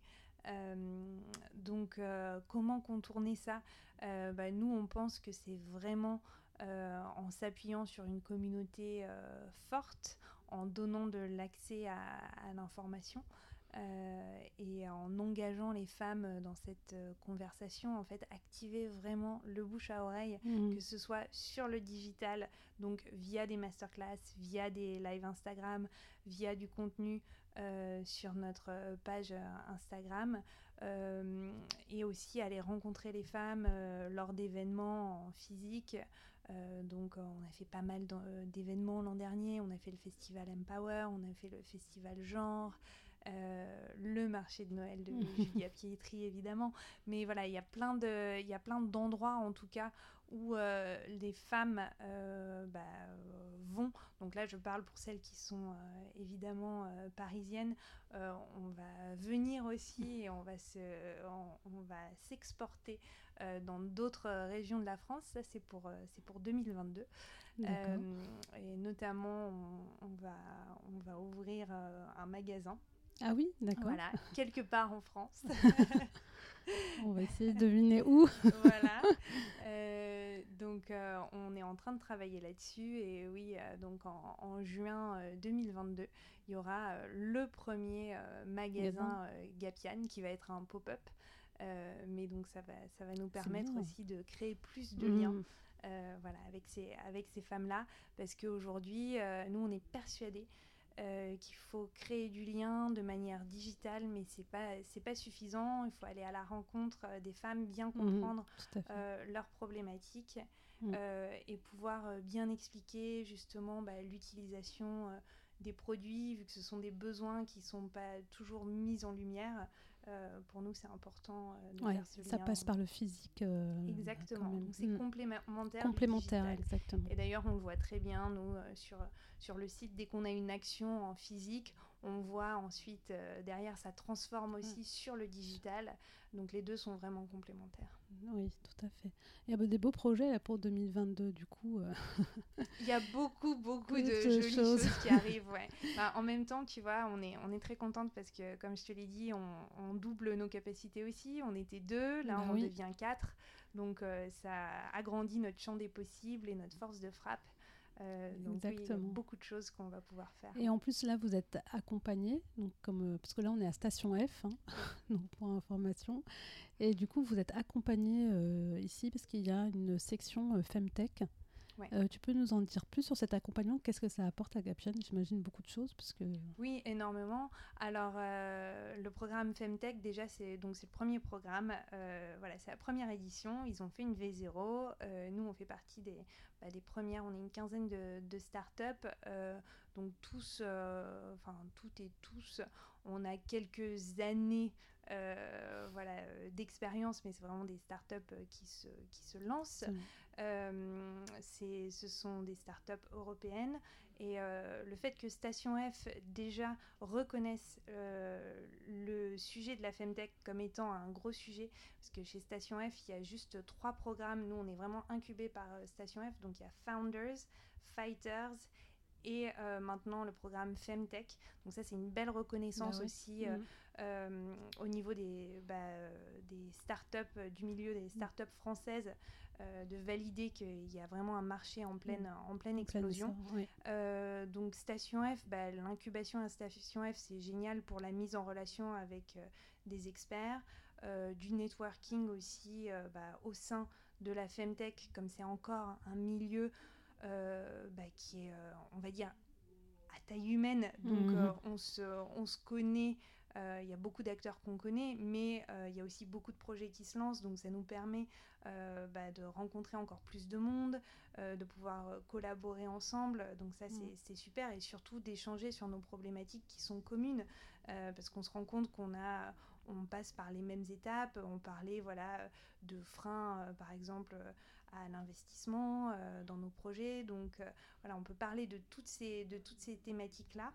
Euh, donc euh, comment contourner ça? euh, bah, Nous on pense que c'est vraiment euh, en s'appuyant sur une communauté euh, forte, en donnant de l'accès à, à l'information euh, et en engageant les femmes dans cette euh, conversation, en fait activer vraiment le bouche à oreille, mmh. que ce soit sur le digital, donc via des masterclass, via des lives Instagram, via du contenu Euh, sur notre page Instagram euh, et aussi aller rencontrer les femmes euh, lors d'événements en physique. Euh, donc on a fait pas mal d'événements l'an dernier, on a fait le festival Empower, on a fait le festival Genre, euh, le marché de Noël de Julia Pietri évidemment, mais voilà, il y a plein de, il y a plein d'endroits en tout cas où euh, les femmes euh, bah, euh, vont. Donc là, je parle pour celles qui sont euh, évidemment euh, parisiennes. Euh, on va venir aussi et on va, se, on, on va s'exporter euh, dans d'autres régions de la France. Ça, c'est pour, euh, c'est pour deux mille vingt-deux. Euh, et notamment, on, on, va, on va ouvrir euh, un magasin. Ah oui, d'accord. Voilà, quelque part en France. On va essayer de deviner où. Voilà. Euh, donc, euh, on est en train de travailler là-dessus. Et oui, euh, donc en, en juin euh, deux mille vingt-deux, il y aura euh, le premier euh, magasin euh, Gapian qui va être un pop-up. Euh, mais donc, ça va, ça va nous permettre aussi de créer plus de liens. Mmh. Euh, voilà, avec ces, avec ces femmes-là. Parce qu'aujourd'hui, euh, nous, on est persuadés Euh, qu'il faut créer du lien de manière digitale, mais c'est pas c'est pas suffisant. Il faut aller à la rencontre euh, des femmes, bien comprendre mmh, euh, leurs problématiques mmh. euh, et pouvoir euh, bien expliquer justement bah, l'utilisation euh, des produits, vu que ce sont des besoins qui sont pas toujours mis en lumière. Euh, pour nous, c'est important euh, de ouais, faire ce ça lien. passe par le physique. Euh, exactement. Donc c'est mmh. complémentaire. Complémentaire, exactement. Et d'ailleurs, on le voit très bien, nous, euh, sur, sur le site, dès qu'on a une action en physique, on voit ensuite, euh, derrière, ça transforme aussi mmh. sur le digital. Donc les deux sont vraiment complémentaires. Oui, tout à fait. Il y a des beaux projets là, pour deux mille vingt-deux, du coup. Euh... Il y a beaucoup, beaucoup de, de jolies choses. choses qui arrivent. Ouais. Enfin, en même temps, tu vois, on est, on est très contente parce que, comme je te l'ai dit, on, on double nos capacités aussi. On était deux, là, bah on oui. devient quatre. Donc, euh, ça agrandit notre champ des possibles et notre force de frappe. Euh, donc oui, il y a beaucoup de choses qu'on va pouvoir faire. Et en plus, là, vous êtes accompagnés, donc comme, euh, parce que là, on est à Station F, hein, donc pour information. Et du coup, vous êtes accompagnés euh, ici parce qu'il y a une section euh, Femtech. Ouais. Euh, tu peux nous en dire plus sur cet accompagnement? Qu'est-ce que ça apporte à Gapian? J'imagine beaucoup de choses. Parce que... Oui, énormément. Alors, euh, le programme Femtech, déjà, c'est, donc, c'est le premier programme. Euh, voilà, c'est la première édition. Ils ont fait une V zéro. Euh, nous, on fait partie des, bah, des premières. On est une quinzaine de, de startups. Euh, donc, tous, euh, enfin, toutes et tous, on a quelques années euh, voilà, d'expérience, mais c'est vraiment des startups qui se, qui se lancent. Mmh. Euh, c'est, ce sont des startups européennes et euh, le fait que Station F déjà reconnaisse euh, le sujet de la Femtech comme étant un gros sujet, parce que chez Station F il y a juste trois programmes, nous on est vraiment incubés par euh, Station F, donc il y a Founders, Fighters et euh, maintenant le programme Femtech. Donc ça c'est une belle reconnaissance bah ouais. aussi euh, mmh. euh, au niveau des, bah, des startups, du milieu des startups françaises, euh, de valider qu'il y a vraiment un marché en pleine, mmh. en pleine en explosion. Pleine oui. euh, donc Station F, bah, l'incubation à Station F c'est génial pour la mise en relation avec euh, des experts, euh, du networking aussi euh, bah, au sein de la Femtech, comme c'est encore un milieu Euh, bah, qui est, euh, on va dire, à taille humaine. Donc, mmh. euh, on, se, on se connaît, il euh, y a beaucoup d'acteurs qu'on connaît, mais il euh, y a aussi beaucoup de projets qui se lancent, donc ça nous permet euh, bah, de rencontrer encore plus de monde, euh, de pouvoir collaborer ensemble. Donc ça, c'est, mmh. c'est super, et surtout d'échanger sur nos problématiques qui sont communes, euh, parce qu'on se rend compte qu'on a... on passe par les mêmes étapes. On parlait voilà, de freins, euh, par exemple, euh, à l'investissement euh, dans nos projets. Donc, euh, voilà, on peut parler de toutes ces, de toutes ces thématiques-là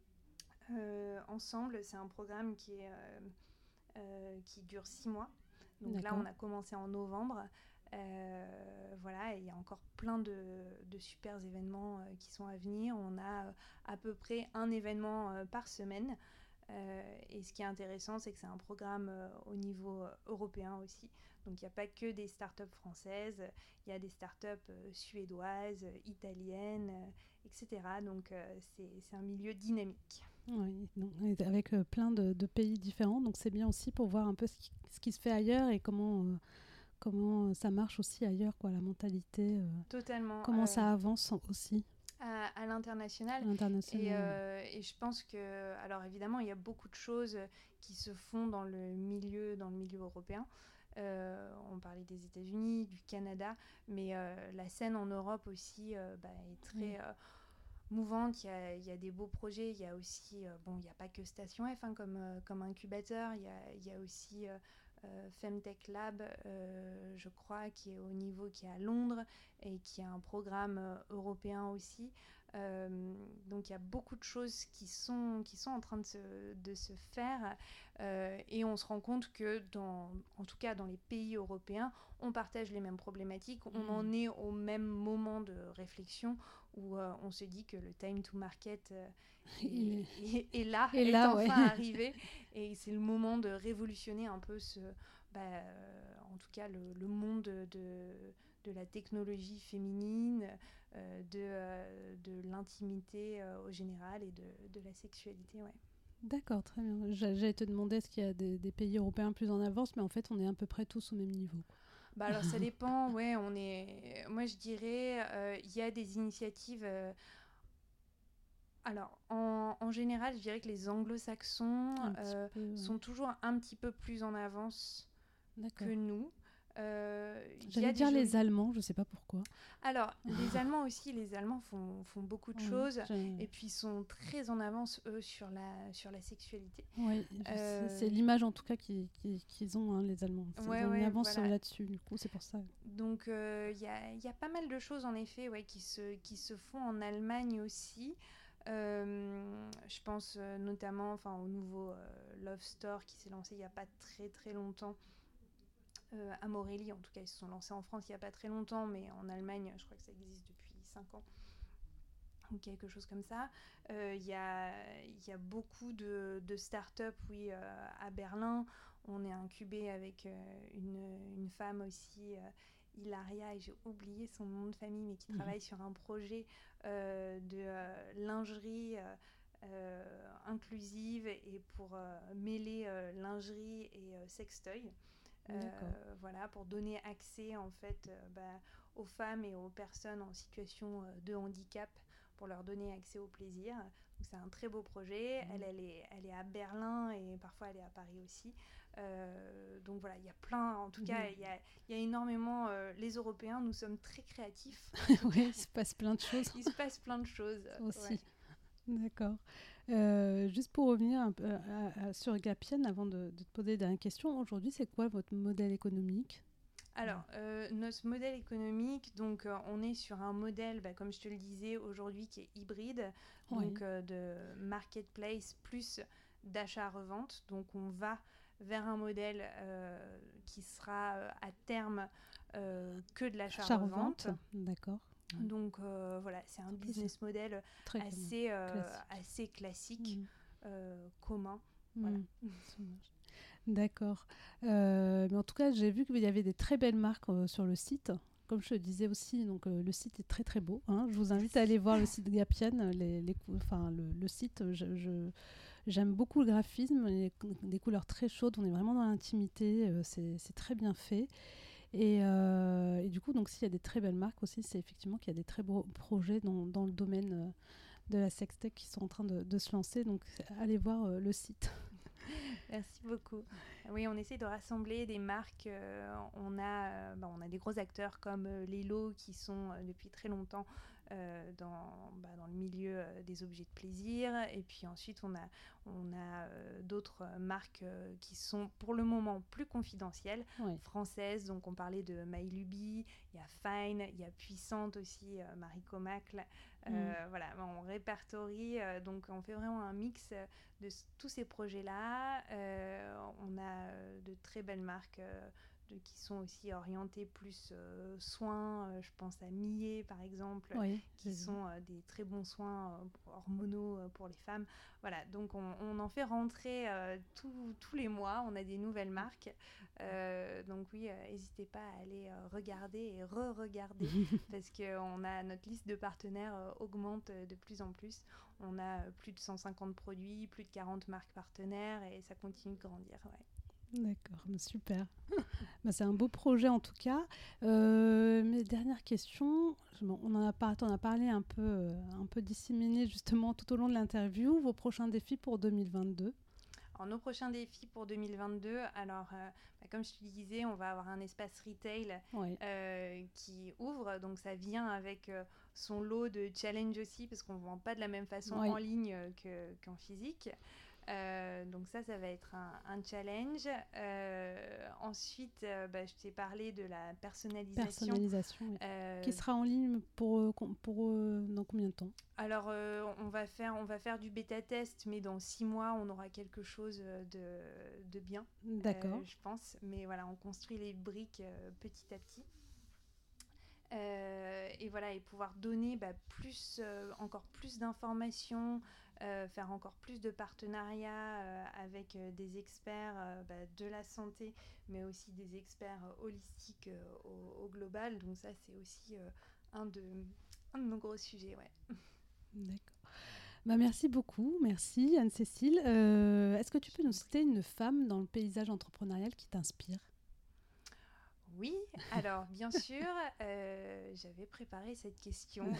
euh, ensemble. C'est un programme qui, est, euh, euh, qui dure six mois. Donc D'accord. Là, on a commencé en novembre. Euh, voilà, et il y a encore plein de, de super événements euh, qui sont à venir. On a euh, à peu près un événement euh, par semaine. Euh, et ce qui est intéressant, c'est que c'est un programme euh, au niveau euh, européen aussi. Donc il n'y a pas que des startups françaises, il y a des startups euh, suédoises, italiennes, euh, et cetera. Donc euh, c'est, c'est un milieu dynamique. Oui, donc, avec euh, plein de, de pays différents. Donc c'est bien aussi pour voir un peu ce qui, ce qui se fait ailleurs et comment, euh, comment ça marche aussi ailleurs, quoi, la mentalité. Euh, Totalement. Comment euh, ça avance aussi. À, à l'international. À l'international. Et, euh, et je pense que, alors évidemment, il y a beaucoup de choses qui se font dans le milieu, dans le milieu européen. Euh, on parlait des États-Unis, du Canada, mais euh, la scène en Europe aussi euh, bah, est très oui. euh, mouvante. Il y a, il y a des beaux projets. Il y a aussi, euh, bon, il n'y a pas que Station F hein, comme, euh, comme incubateur. Il y a, il y a aussi euh, euh, Femtech Lab, euh, je crois, qui est au niveau, qui est à Londres et qui a un programme euh, européen aussi. Euh, donc il y a beaucoup de choses qui sont, qui sont en train de se, de se faire euh, et on se rend compte que, dans, en tout cas dans les pays européens, on partage les mêmes problématiques, on mmh. en est au même moment de réflexion où euh, on se dit que le time to market euh, est, est, est là, et est là, enfin ouais. arrivé et c'est le moment de révolutionner un peu ce, bah, euh, en tout cas le, le monde de, de la technologie féminine, euh, de, euh, de l'intimité euh, au général et de, de la sexualité, ouais. D'accord, très bien. J'allais te demander est-ce qu'il y a des, des pays européens plus en avance, mais en fait on est à peu près tous au même niveau. Bah alors ça dépend, ouais, on est... Moi je dirais, il euh, y a des initiatives... Euh... Alors, en, en général, je dirais que les anglo-saxons euh, peu, ouais. sont toujours un petit peu plus en avance D'accord. que nous. Euh, J'allais dire jolis... les Allemands, je ne sais pas pourquoi. Alors, les Allemands aussi, les Allemands font, font beaucoup de oui, choses je... et puis sont très en avance, eux, sur la, sur la sexualité. Oui, euh... c'est l'image en tout cas qu'ils, qu'ils ont, hein, les Allemands. Ils ouais, ont ouais, une avance voilà. là-dessus, du coup, c'est pour ça. Donc, il euh, y, a, y a pas mal de choses, en effet, ouais, qui, se, qui se font en Allemagne aussi. Euh, je pense euh, notamment au nouveau euh, Love Store qui s'est lancé il n'y a pas très très longtemps. Euh, à Morelli, en tout cas, ils se sont lancés en France il n'y a pas très longtemps, mais en Allemagne, je crois que ça existe depuis cinq ans, ou quelque chose comme ça. Il euh, y, y a beaucoup de, de start-up, oui, euh, à Berlin. On est incubé avec euh, une, une femme aussi, euh, Hilaria, et j'ai oublié son nom de famille, mais qui mmh. travaille sur un projet euh, de euh, lingerie euh, euh, inclusive et pour euh, mêler euh, lingerie et euh, sextoy. Euh, voilà, pour donner accès en fait euh, bah, aux femmes et aux personnes en situation euh, de handicap, pour leur donner accès au plaisir. Donc c'est un très beau projet. Mmh. Elle, elle est, elle est à Berlin et parfois elle est à Paris aussi. Euh, donc voilà, il y a plein, en tout mmh. cas, il y a, y a énormément. Euh, les Européens, nous sommes très créatifs. Oui, il se passe plein de choses. Il se passe plein de choses aussi. Ouais. D'accord. Euh, juste pour revenir un peu à, à, sur Gapienne, avant de, de te poser une question, aujourd'hui, c'est quoi votre modèle économique ? Alors, euh, notre modèle économique, donc euh, on est sur un modèle, bah, comme je te le disais aujourd'hui, qui est hybride, oui. donc euh, de marketplace plus d'achat-revente. Donc on va vers un modèle euh, qui sera euh, à terme euh, que de l'achat-revente. D'accord. Donc euh, voilà, c'est un business model Très assez, euh, classique. assez classique, mmh. euh, commun. Mmh. Voilà. D'accord. Euh, mais en tout cas, j'ai vu qu'il y avait des très belles marques euh, sur le site. Comme je te disais aussi, donc, euh, le site est très très beau. Hein. Je vous invite Merci. à aller voir le site de Gapienne. Les, les cou- enfin, le, le site, je, je, j'aime beaucoup le graphisme, les, des couleurs très chaudes. On est vraiment dans l'intimité. Euh, c'est, c'est très bien fait. Et, euh, et du coup, donc, s'il y a des très belles marques aussi, c'est effectivement qu'il y a des très beaux projets dans, dans le domaine euh, de la sextech qui sont en train de, de se lancer. Donc, allez voir euh, le site. Merci beaucoup. Oui, on essaie de rassembler des marques. Euh, on, a, euh, bah, on a des gros acteurs comme euh, Lelo qui sont euh, depuis très longtemps euh, dans, bah, dans le milieu euh, des objets de plaisir. Et puis ensuite, on a, on a euh, d'autres marques euh, qui sont pour le moment plus confidentielles, oui. françaises. Donc, on parlait de MyLuby, il y a Fine, il y a Puissante aussi, euh, Marie Comacle. Euh, mmh. Voilà, on répertorie. Euh, donc, on fait vraiment un mix de tous ces projets-là. Euh, on a euh, de très belles marques euh, de, qui sont aussi orientées plus euh, soins. Euh, je pense à Millet, par exemple, oui, qui sont euh, des très bons soins euh, hormonaux euh, pour les femmes. Voilà, donc on, on en fait rentrer euh, tout, tous les mois. On a des nouvelles marques. Euh, donc oui, n'hésitez euh, pas à aller euh, regarder et re-regarder parce que on a, notre liste de partenaires euh, augmente de plus en plus. On a euh, plus de cent cinquante produits, plus de quarante marques partenaires et ça continue de grandir. Ouais. D'accord, super. bah, c'est un beau projet en tout cas. Euh, mes dernières questions, bon, on en a, par, on a parlé un peu, euh, un peu disséminé justement tout au long de l'interview. Vos prochains défis pour deux mille vingt-deux ? Alors, nos prochains défis pour deux mille vingt-deux, alors euh, bah, comme je te disais, on va avoir un espace retail oui. euh, qui ouvre, donc ça vient avec euh, son lot de challenge aussi, parce qu'on ne vend pas de la même façon oui. en ligne que, qu'en physique. Euh, donc ça, ça va être un, un challenge. Euh, ensuite, euh, bah, je t'ai parlé de la personnalisation. Personnalisation, oui. Euh, Qui sera en ligne pour, pour, pour euh, dans combien de temps? Alors, euh, on, va faire, on va faire du bêta-test, mais dans six mois, on aura quelque chose de, de bien, D'accord. euh, je pense. Mais voilà, on construit les briques euh, petit à petit. Euh, et voilà, et pouvoir donner bah, plus, euh, encore plus d'informations, euh, faire encore plus de partenariats euh, avec euh, des experts euh, bah, de la santé, mais aussi des experts euh, holistiques euh, au, au global. Donc ça, c'est aussi euh, un, de, un de nos gros sujets, ouais. D'accord. Bah, merci beaucoup, merci Anne-Cécile. Euh, est-ce que tu peux nous citer une femme dans le paysage entrepreneurial qui t'inspire? Oui, alors bien sûr, euh, j'avais préparé cette question.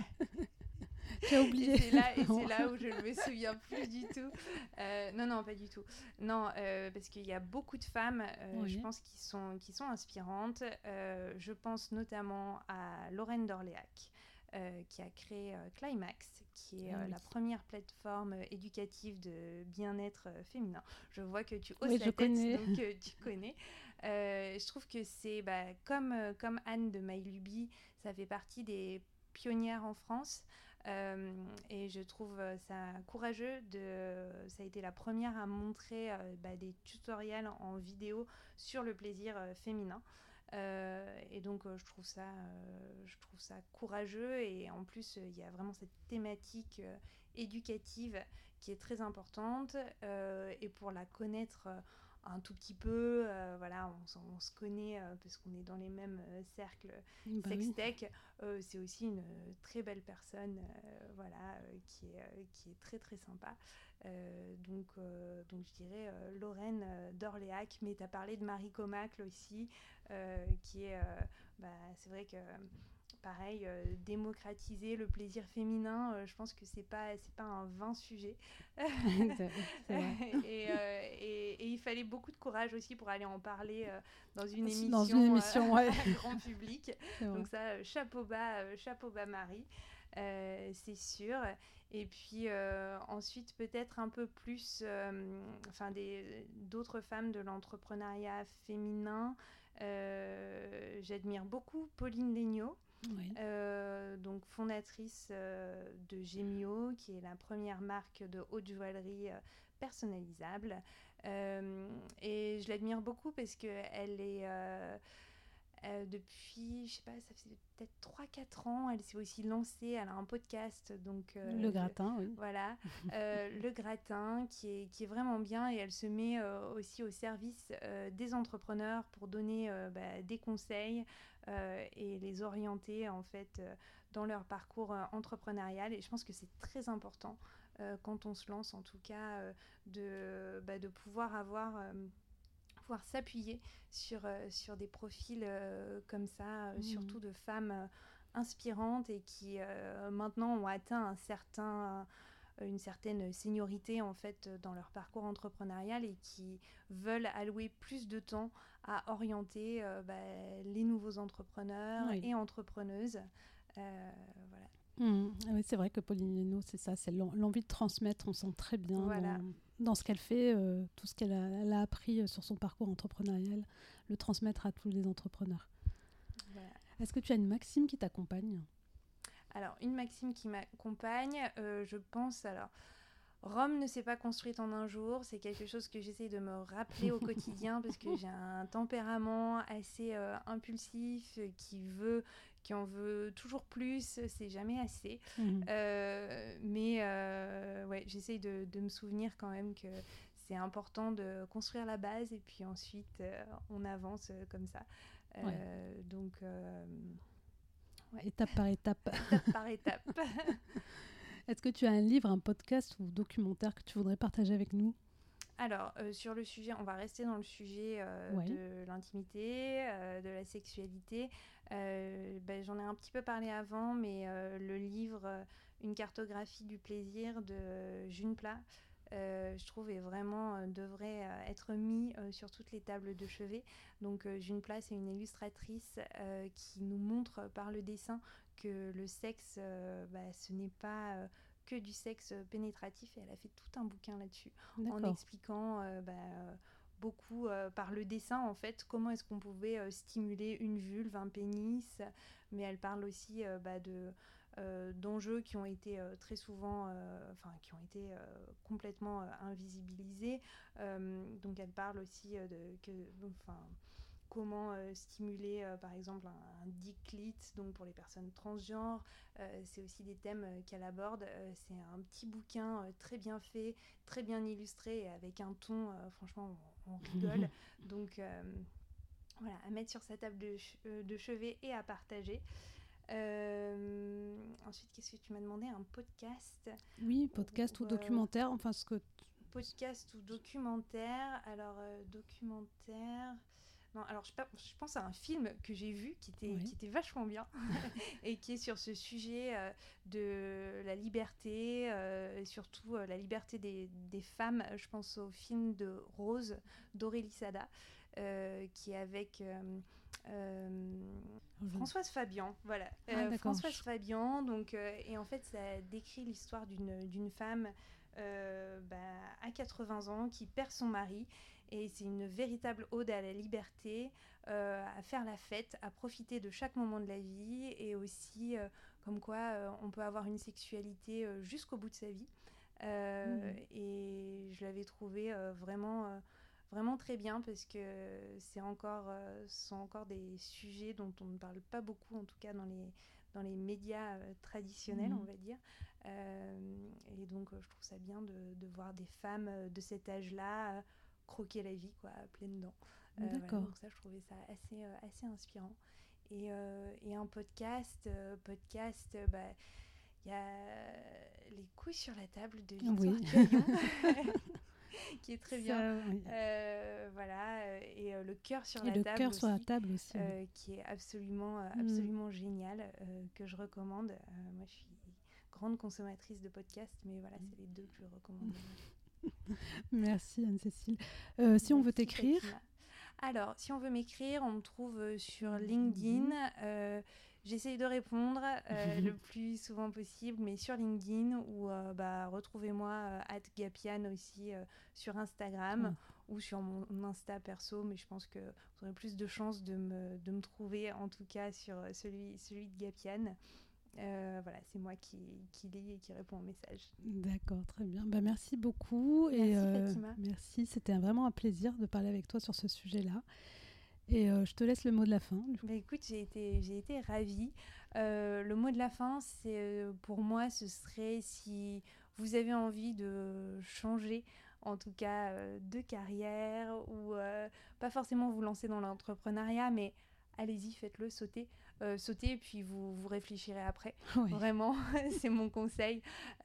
J'ai oublié. Et c'est là, et c'est là où je ne me souviens plus du tout. Euh, non, non, pas du tout. Non, euh, parce qu'il y a beaucoup de femmes, euh, Oui. je pense, qui sont, qui sont inspirantes. Euh, je pense notamment à Lorraine d'Orléac. Euh, qui a créé euh, Climax, qui est euh, Ah oui. la première plateforme euh, éducative de bien-être euh, féminin. Je vois que tu hausses Oui, la je tête, connais. donc euh, tu connais. Euh, je trouve que c'est bah, comme, euh, comme Anne de MyLuby, ça fait partie des pionnières en France. Euh, et je trouve ça courageux. De, ça a été la première à montrer euh, bah, des tutoriels en vidéo sur le plaisir euh, féminin. Euh, et donc euh, je trouve ça euh, je trouve ça courageux, et en plus il euh, y a vraiment cette thématique euh, éducative qui est très importante, euh, et pour la connaître euh, un tout petit peu, euh, voilà, on, on se connaît euh, parce qu'on est dans les mêmes euh, cercles Bah sextech. oui. Euh, c'est aussi une euh, très belle personne, euh, voilà, euh, qui, est, euh, qui est très très sympa. Euh, donc, euh, donc je dirais euh, Lorraine euh, d'Orléac, mais tu as parlé de Marie Comacle aussi, euh, qui est, euh, bah, c'est vrai que pareil, euh, démocratiser le plaisir féminin, euh, je pense que c'est pas, c'est pas un vain sujet. C'est vrai. et, euh, et, et il fallait beaucoup de courage aussi pour aller en parler euh, dans une émission, dans une émission euh, ouais. à grand public. Donc ça, euh, chapeau bas, euh, chapeau bas Marie, euh, c'est sûr. Et puis euh, ensuite peut-être un peu plus, euh, enfin des, d'autres femmes de l'entrepreneuriat féminin. Euh, j'admire beaucoup Pauline Legnaud. Oui. Euh, donc fondatrice euh, de Gemio, qui est la première marque de haute joaillerie euh, personnalisable. Euh, et je l'admire beaucoup parce qu'elle est... Euh, euh, depuis, je sais pas, ça fait peut-être trois quatre ans, elle s'est aussi lancée, elle a un podcast, donc... Euh, le gratin, oui. Voilà, euh, le gratin, qui est, qui est vraiment bien, et elle se met euh, aussi au service euh, des entrepreneurs pour donner euh, bah, des conseils euh, et les orienter, en fait, euh, dans leur parcours euh, entrepreneurial. Et je pense que c'est très important, euh, quand on se lance, en tout cas, euh, de, bah, de pouvoir avoir... Euh, pouvoir s'appuyer sur, euh, sur des profils euh, comme ça, euh, mmh. surtout de femmes euh, inspirantes et qui euh, maintenant ont atteint un certain, euh, une certaine seniorité en fait dans leur parcours entrepreneurial, et qui veulent allouer plus de temps à orienter euh, bah, les nouveaux entrepreneurs oui. et entrepreneuses. Euh, voilà. Mmh. Oui, c'est vrai que Pauline Legnaud, c'est ça, c'est l'envie de transmettre. On sent très bien voilà. dans, dans ce qu'elle fait, euh, tout ce qu'elle a, elle a appris sur son parcours entrepreneurial, le transmettre à tous les entrepreneurs. Voilà. Est-ce que tu as une maxime qui t'accompagne ? Alors, une maxime qui m'accompagne, euh, je pense... alors. Rome ne s'est pas construite en un jour, c'est quelque chose que j'essaie de me rappeler au quotidien, parce que j'ai un tempérament assez euh, impulsif, qui veut, qui en veut toujours plus, c'est jamais assez. Mmh. Euh, mais euh, ouais, j'essaie de, de me souvenir quand même que c'est important de construire la base, et puis ensuite euh, on avance comme ça. Euh, ouais. Donc, euh, ouais. Étape par étape. Étape par étape. Est-ce que tu as un livre, un podcast ou documentaire que tu voudrais partager avec nous ? Alors, euh, sur le sujet, on va rester dans le sujet euh, ouais. de l'intimité, euh, de la sexualité. Euh, ben, j'en ai un petit peu parlé avant, mais euh, le livre euh, Une cartographie du plaisir de June Plat, euh, je trouve, est vraiment, euh, devrait euh, être mis euh, sur toutes les tables de chevet. Donc, euh, June Plat, c'est une illustratrice euh, qui nous montre par le dessin que le sexe, euh, bah, ce n'est pas... Euh, que du sexe pénétratif et elle a fait tout un bouquin là-dessus. D'accord. En expliquant euh, bah, euh, beaucoup euh, par le dessin en fait comment est-ce qu'on pouvait euh, stimuler une vulve, un pénis, mais elle parle aussi euh, bah, de Euh, d'enjeux qui ont été euh, très souvent, enfin euh, qui ont été euh, complètement euh, invisibilisés. Euh, donc elle parle aussi euh, de que, enfin, comment euh, stimuler euh, par exemple un, un dick clit, donc pour les personnes transgenres. Euh, c'est aussi des thèmes euh, qu'elle aborde. Euh, c'est un petit bouquin euh, très bien fait, très bien illustré et avec un ton, euh, franchement, on, on rigole. Donc euh, voilà, à mettre sur sa table de, ch- de chevet et à partager. Euh, ensuite, qu'est-ce que tu m'as demandé? Un podcast? Oui, podcast ou, ou euh, documentaire, enfin ce que... Podcast ou documentaire? Alors, euh, documentaire... Non, alors je, je pense à un film que j'ai vu qui était, oui. qui était vachement bien et qui est sur ce sujet euh, de la liberté, euh, et surtout euh, la liberté des, des femmes. Je pense au film de Rose d'Aurélie Sada, euh, qui est avec... Euh, Euh, Françoise Fabian, voilà. Euh, ah, Françoise Fabian, donc, euh, et en fait, ça décrit l'histoire d'une, d'une femme euh, bah, à quatre-vingts ans qui perd son mari, et c'est une véritable ode à la liberté, euh, à faire la fête, à profiter de chaque moment de la vie, et aussi euh, comme quoi euh, on peut avoir une sexualité euh, jusqu'au bout de sa vie. Euh, mmh. Et je l'avais trouvé euh, vraiment... Euh, Vraiment très bien parce que c'est encore, euh, ce sont encore des sujets dont on ne parle pas beaucoup, en tout cas dans les, dans les médias euh, traditionnels, mmh. on va dire. Euh, et donc, euh, je trouve ça bien de, de voir des femmes euh, de cet âge-là euh, croquer la vie, quoi, à pleines dents. Euh, D'accord. Voilà, donc ça, je trouvais ça assez, euh, assez inspirant. Et, euh, et un podcast, euh, podcast, euh, bah, y a Les couilles sur la table de Victoire oui. Caillon. Qui est très bien, ça, oui. euh, voilà, et euh, le cœur sur et la le table cœur aussi, sur la table aussi, euh, oui. qui est absolument, euh, absolument mmh. génial, euh, que je recommande. Euh, moi, je suis grande consommatrice de podcasts, mais voilà, c'est les deux plus recommandés. Merci Anne-Cécile. Euh, si Merci on veut t'écrire, Fatima. Alors, si on veut m'écrire, on me trouve sur LinkedIn. Euh, J'essaye de répondre euh, le plus souvent possible, mais sur LinkedIn ou euh, bah, retrouvez-moi euh, at gapian aussi euh, sur Instagram oh. ou sur mon, mon Insta perso, mais je pense que vous aurez plus de chances de me, de me trouver en tout cas sur celui, celui de Gapian. Euh, voilà, c'est moi qui, qui lis et qui réponds aux messages. D'accord, très bien. Bah, merci beaucoup. Merci et, euh, Fatima. Merci, c'était vraiment un plaisir de parler avec toi sur ce sujet-là. Et euh, je te laisse le mot de la fin. Bah, écoute, j'ai été, j'ai été ravie. Euh, le mot de la fin, c'est, euh, pour moi, ce serait si vous avez envie de changer, en tout cas, euh, de carrière, ou euh, pas forcément vous lancer dans l'entrepreneuriat, mais allez-y, faites-le, sautez. Euh, sautez, et puis vous, vous réfléchirez après. Oui. Vraiment, c'est mon conseil.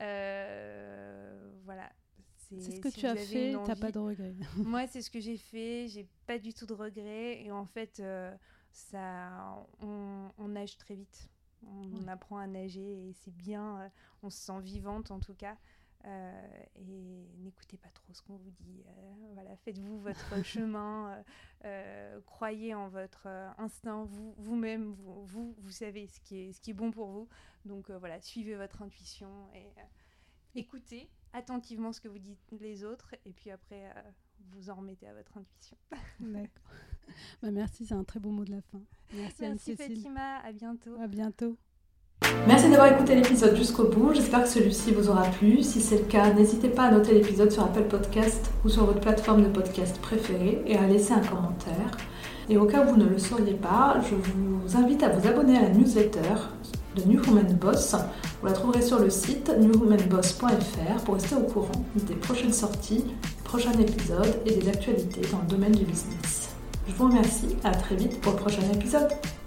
Euh, voilà. C'est, c'est ce que si tu as fait, tu n'as pas de regrets. Moi, c'est ce que j'ai fait, j'ai pas du tout de regrets. Et en fait, euh, ça, on, on nage très vite. On, ouais. on apprend à nager et c'est bien. Euh, on se sent vivante en tout cas. Euh, et n'écoutez pas trop ce qu'on vous dit. Euh, voilà, faites-vous votre chemin. Euh, euh, croyez en votre euh, instinct. Vous, vous-même, vous, vous, vous savez ce qui est, ce qui est bon pour vous. Donc euh, voilà, suivez votre intuition et euh, écoutez attentivement ce que vous dites les autres et puis après euh, vous en remettez à votre intuition. D'accord. Bah, merci, c'est un très beau mot de la fin. Merci, merci Fatima, à bientôt. À bientôt. Merci d'avoir écouté l'épisode jusqu'au bout. J'espère que celui-ci vous aura plu. Si c'est le cas, n'hésitez pas à noter l'épisode sur Apple Podcast ou sur votre plateforme de podcast préférée et à laisser un commentaire. Et au cas où vous ne le sauriez pas, je vous invite à vous abonner à la newsletter de New Woman Boss. Vous la trouverez sur le site new woman boss point f r pour rester au courant des prochaines sorties, des prochains épisodes et des actualités dans le domaine du business. Je vous remercie, à très vite pour le prochain épisode.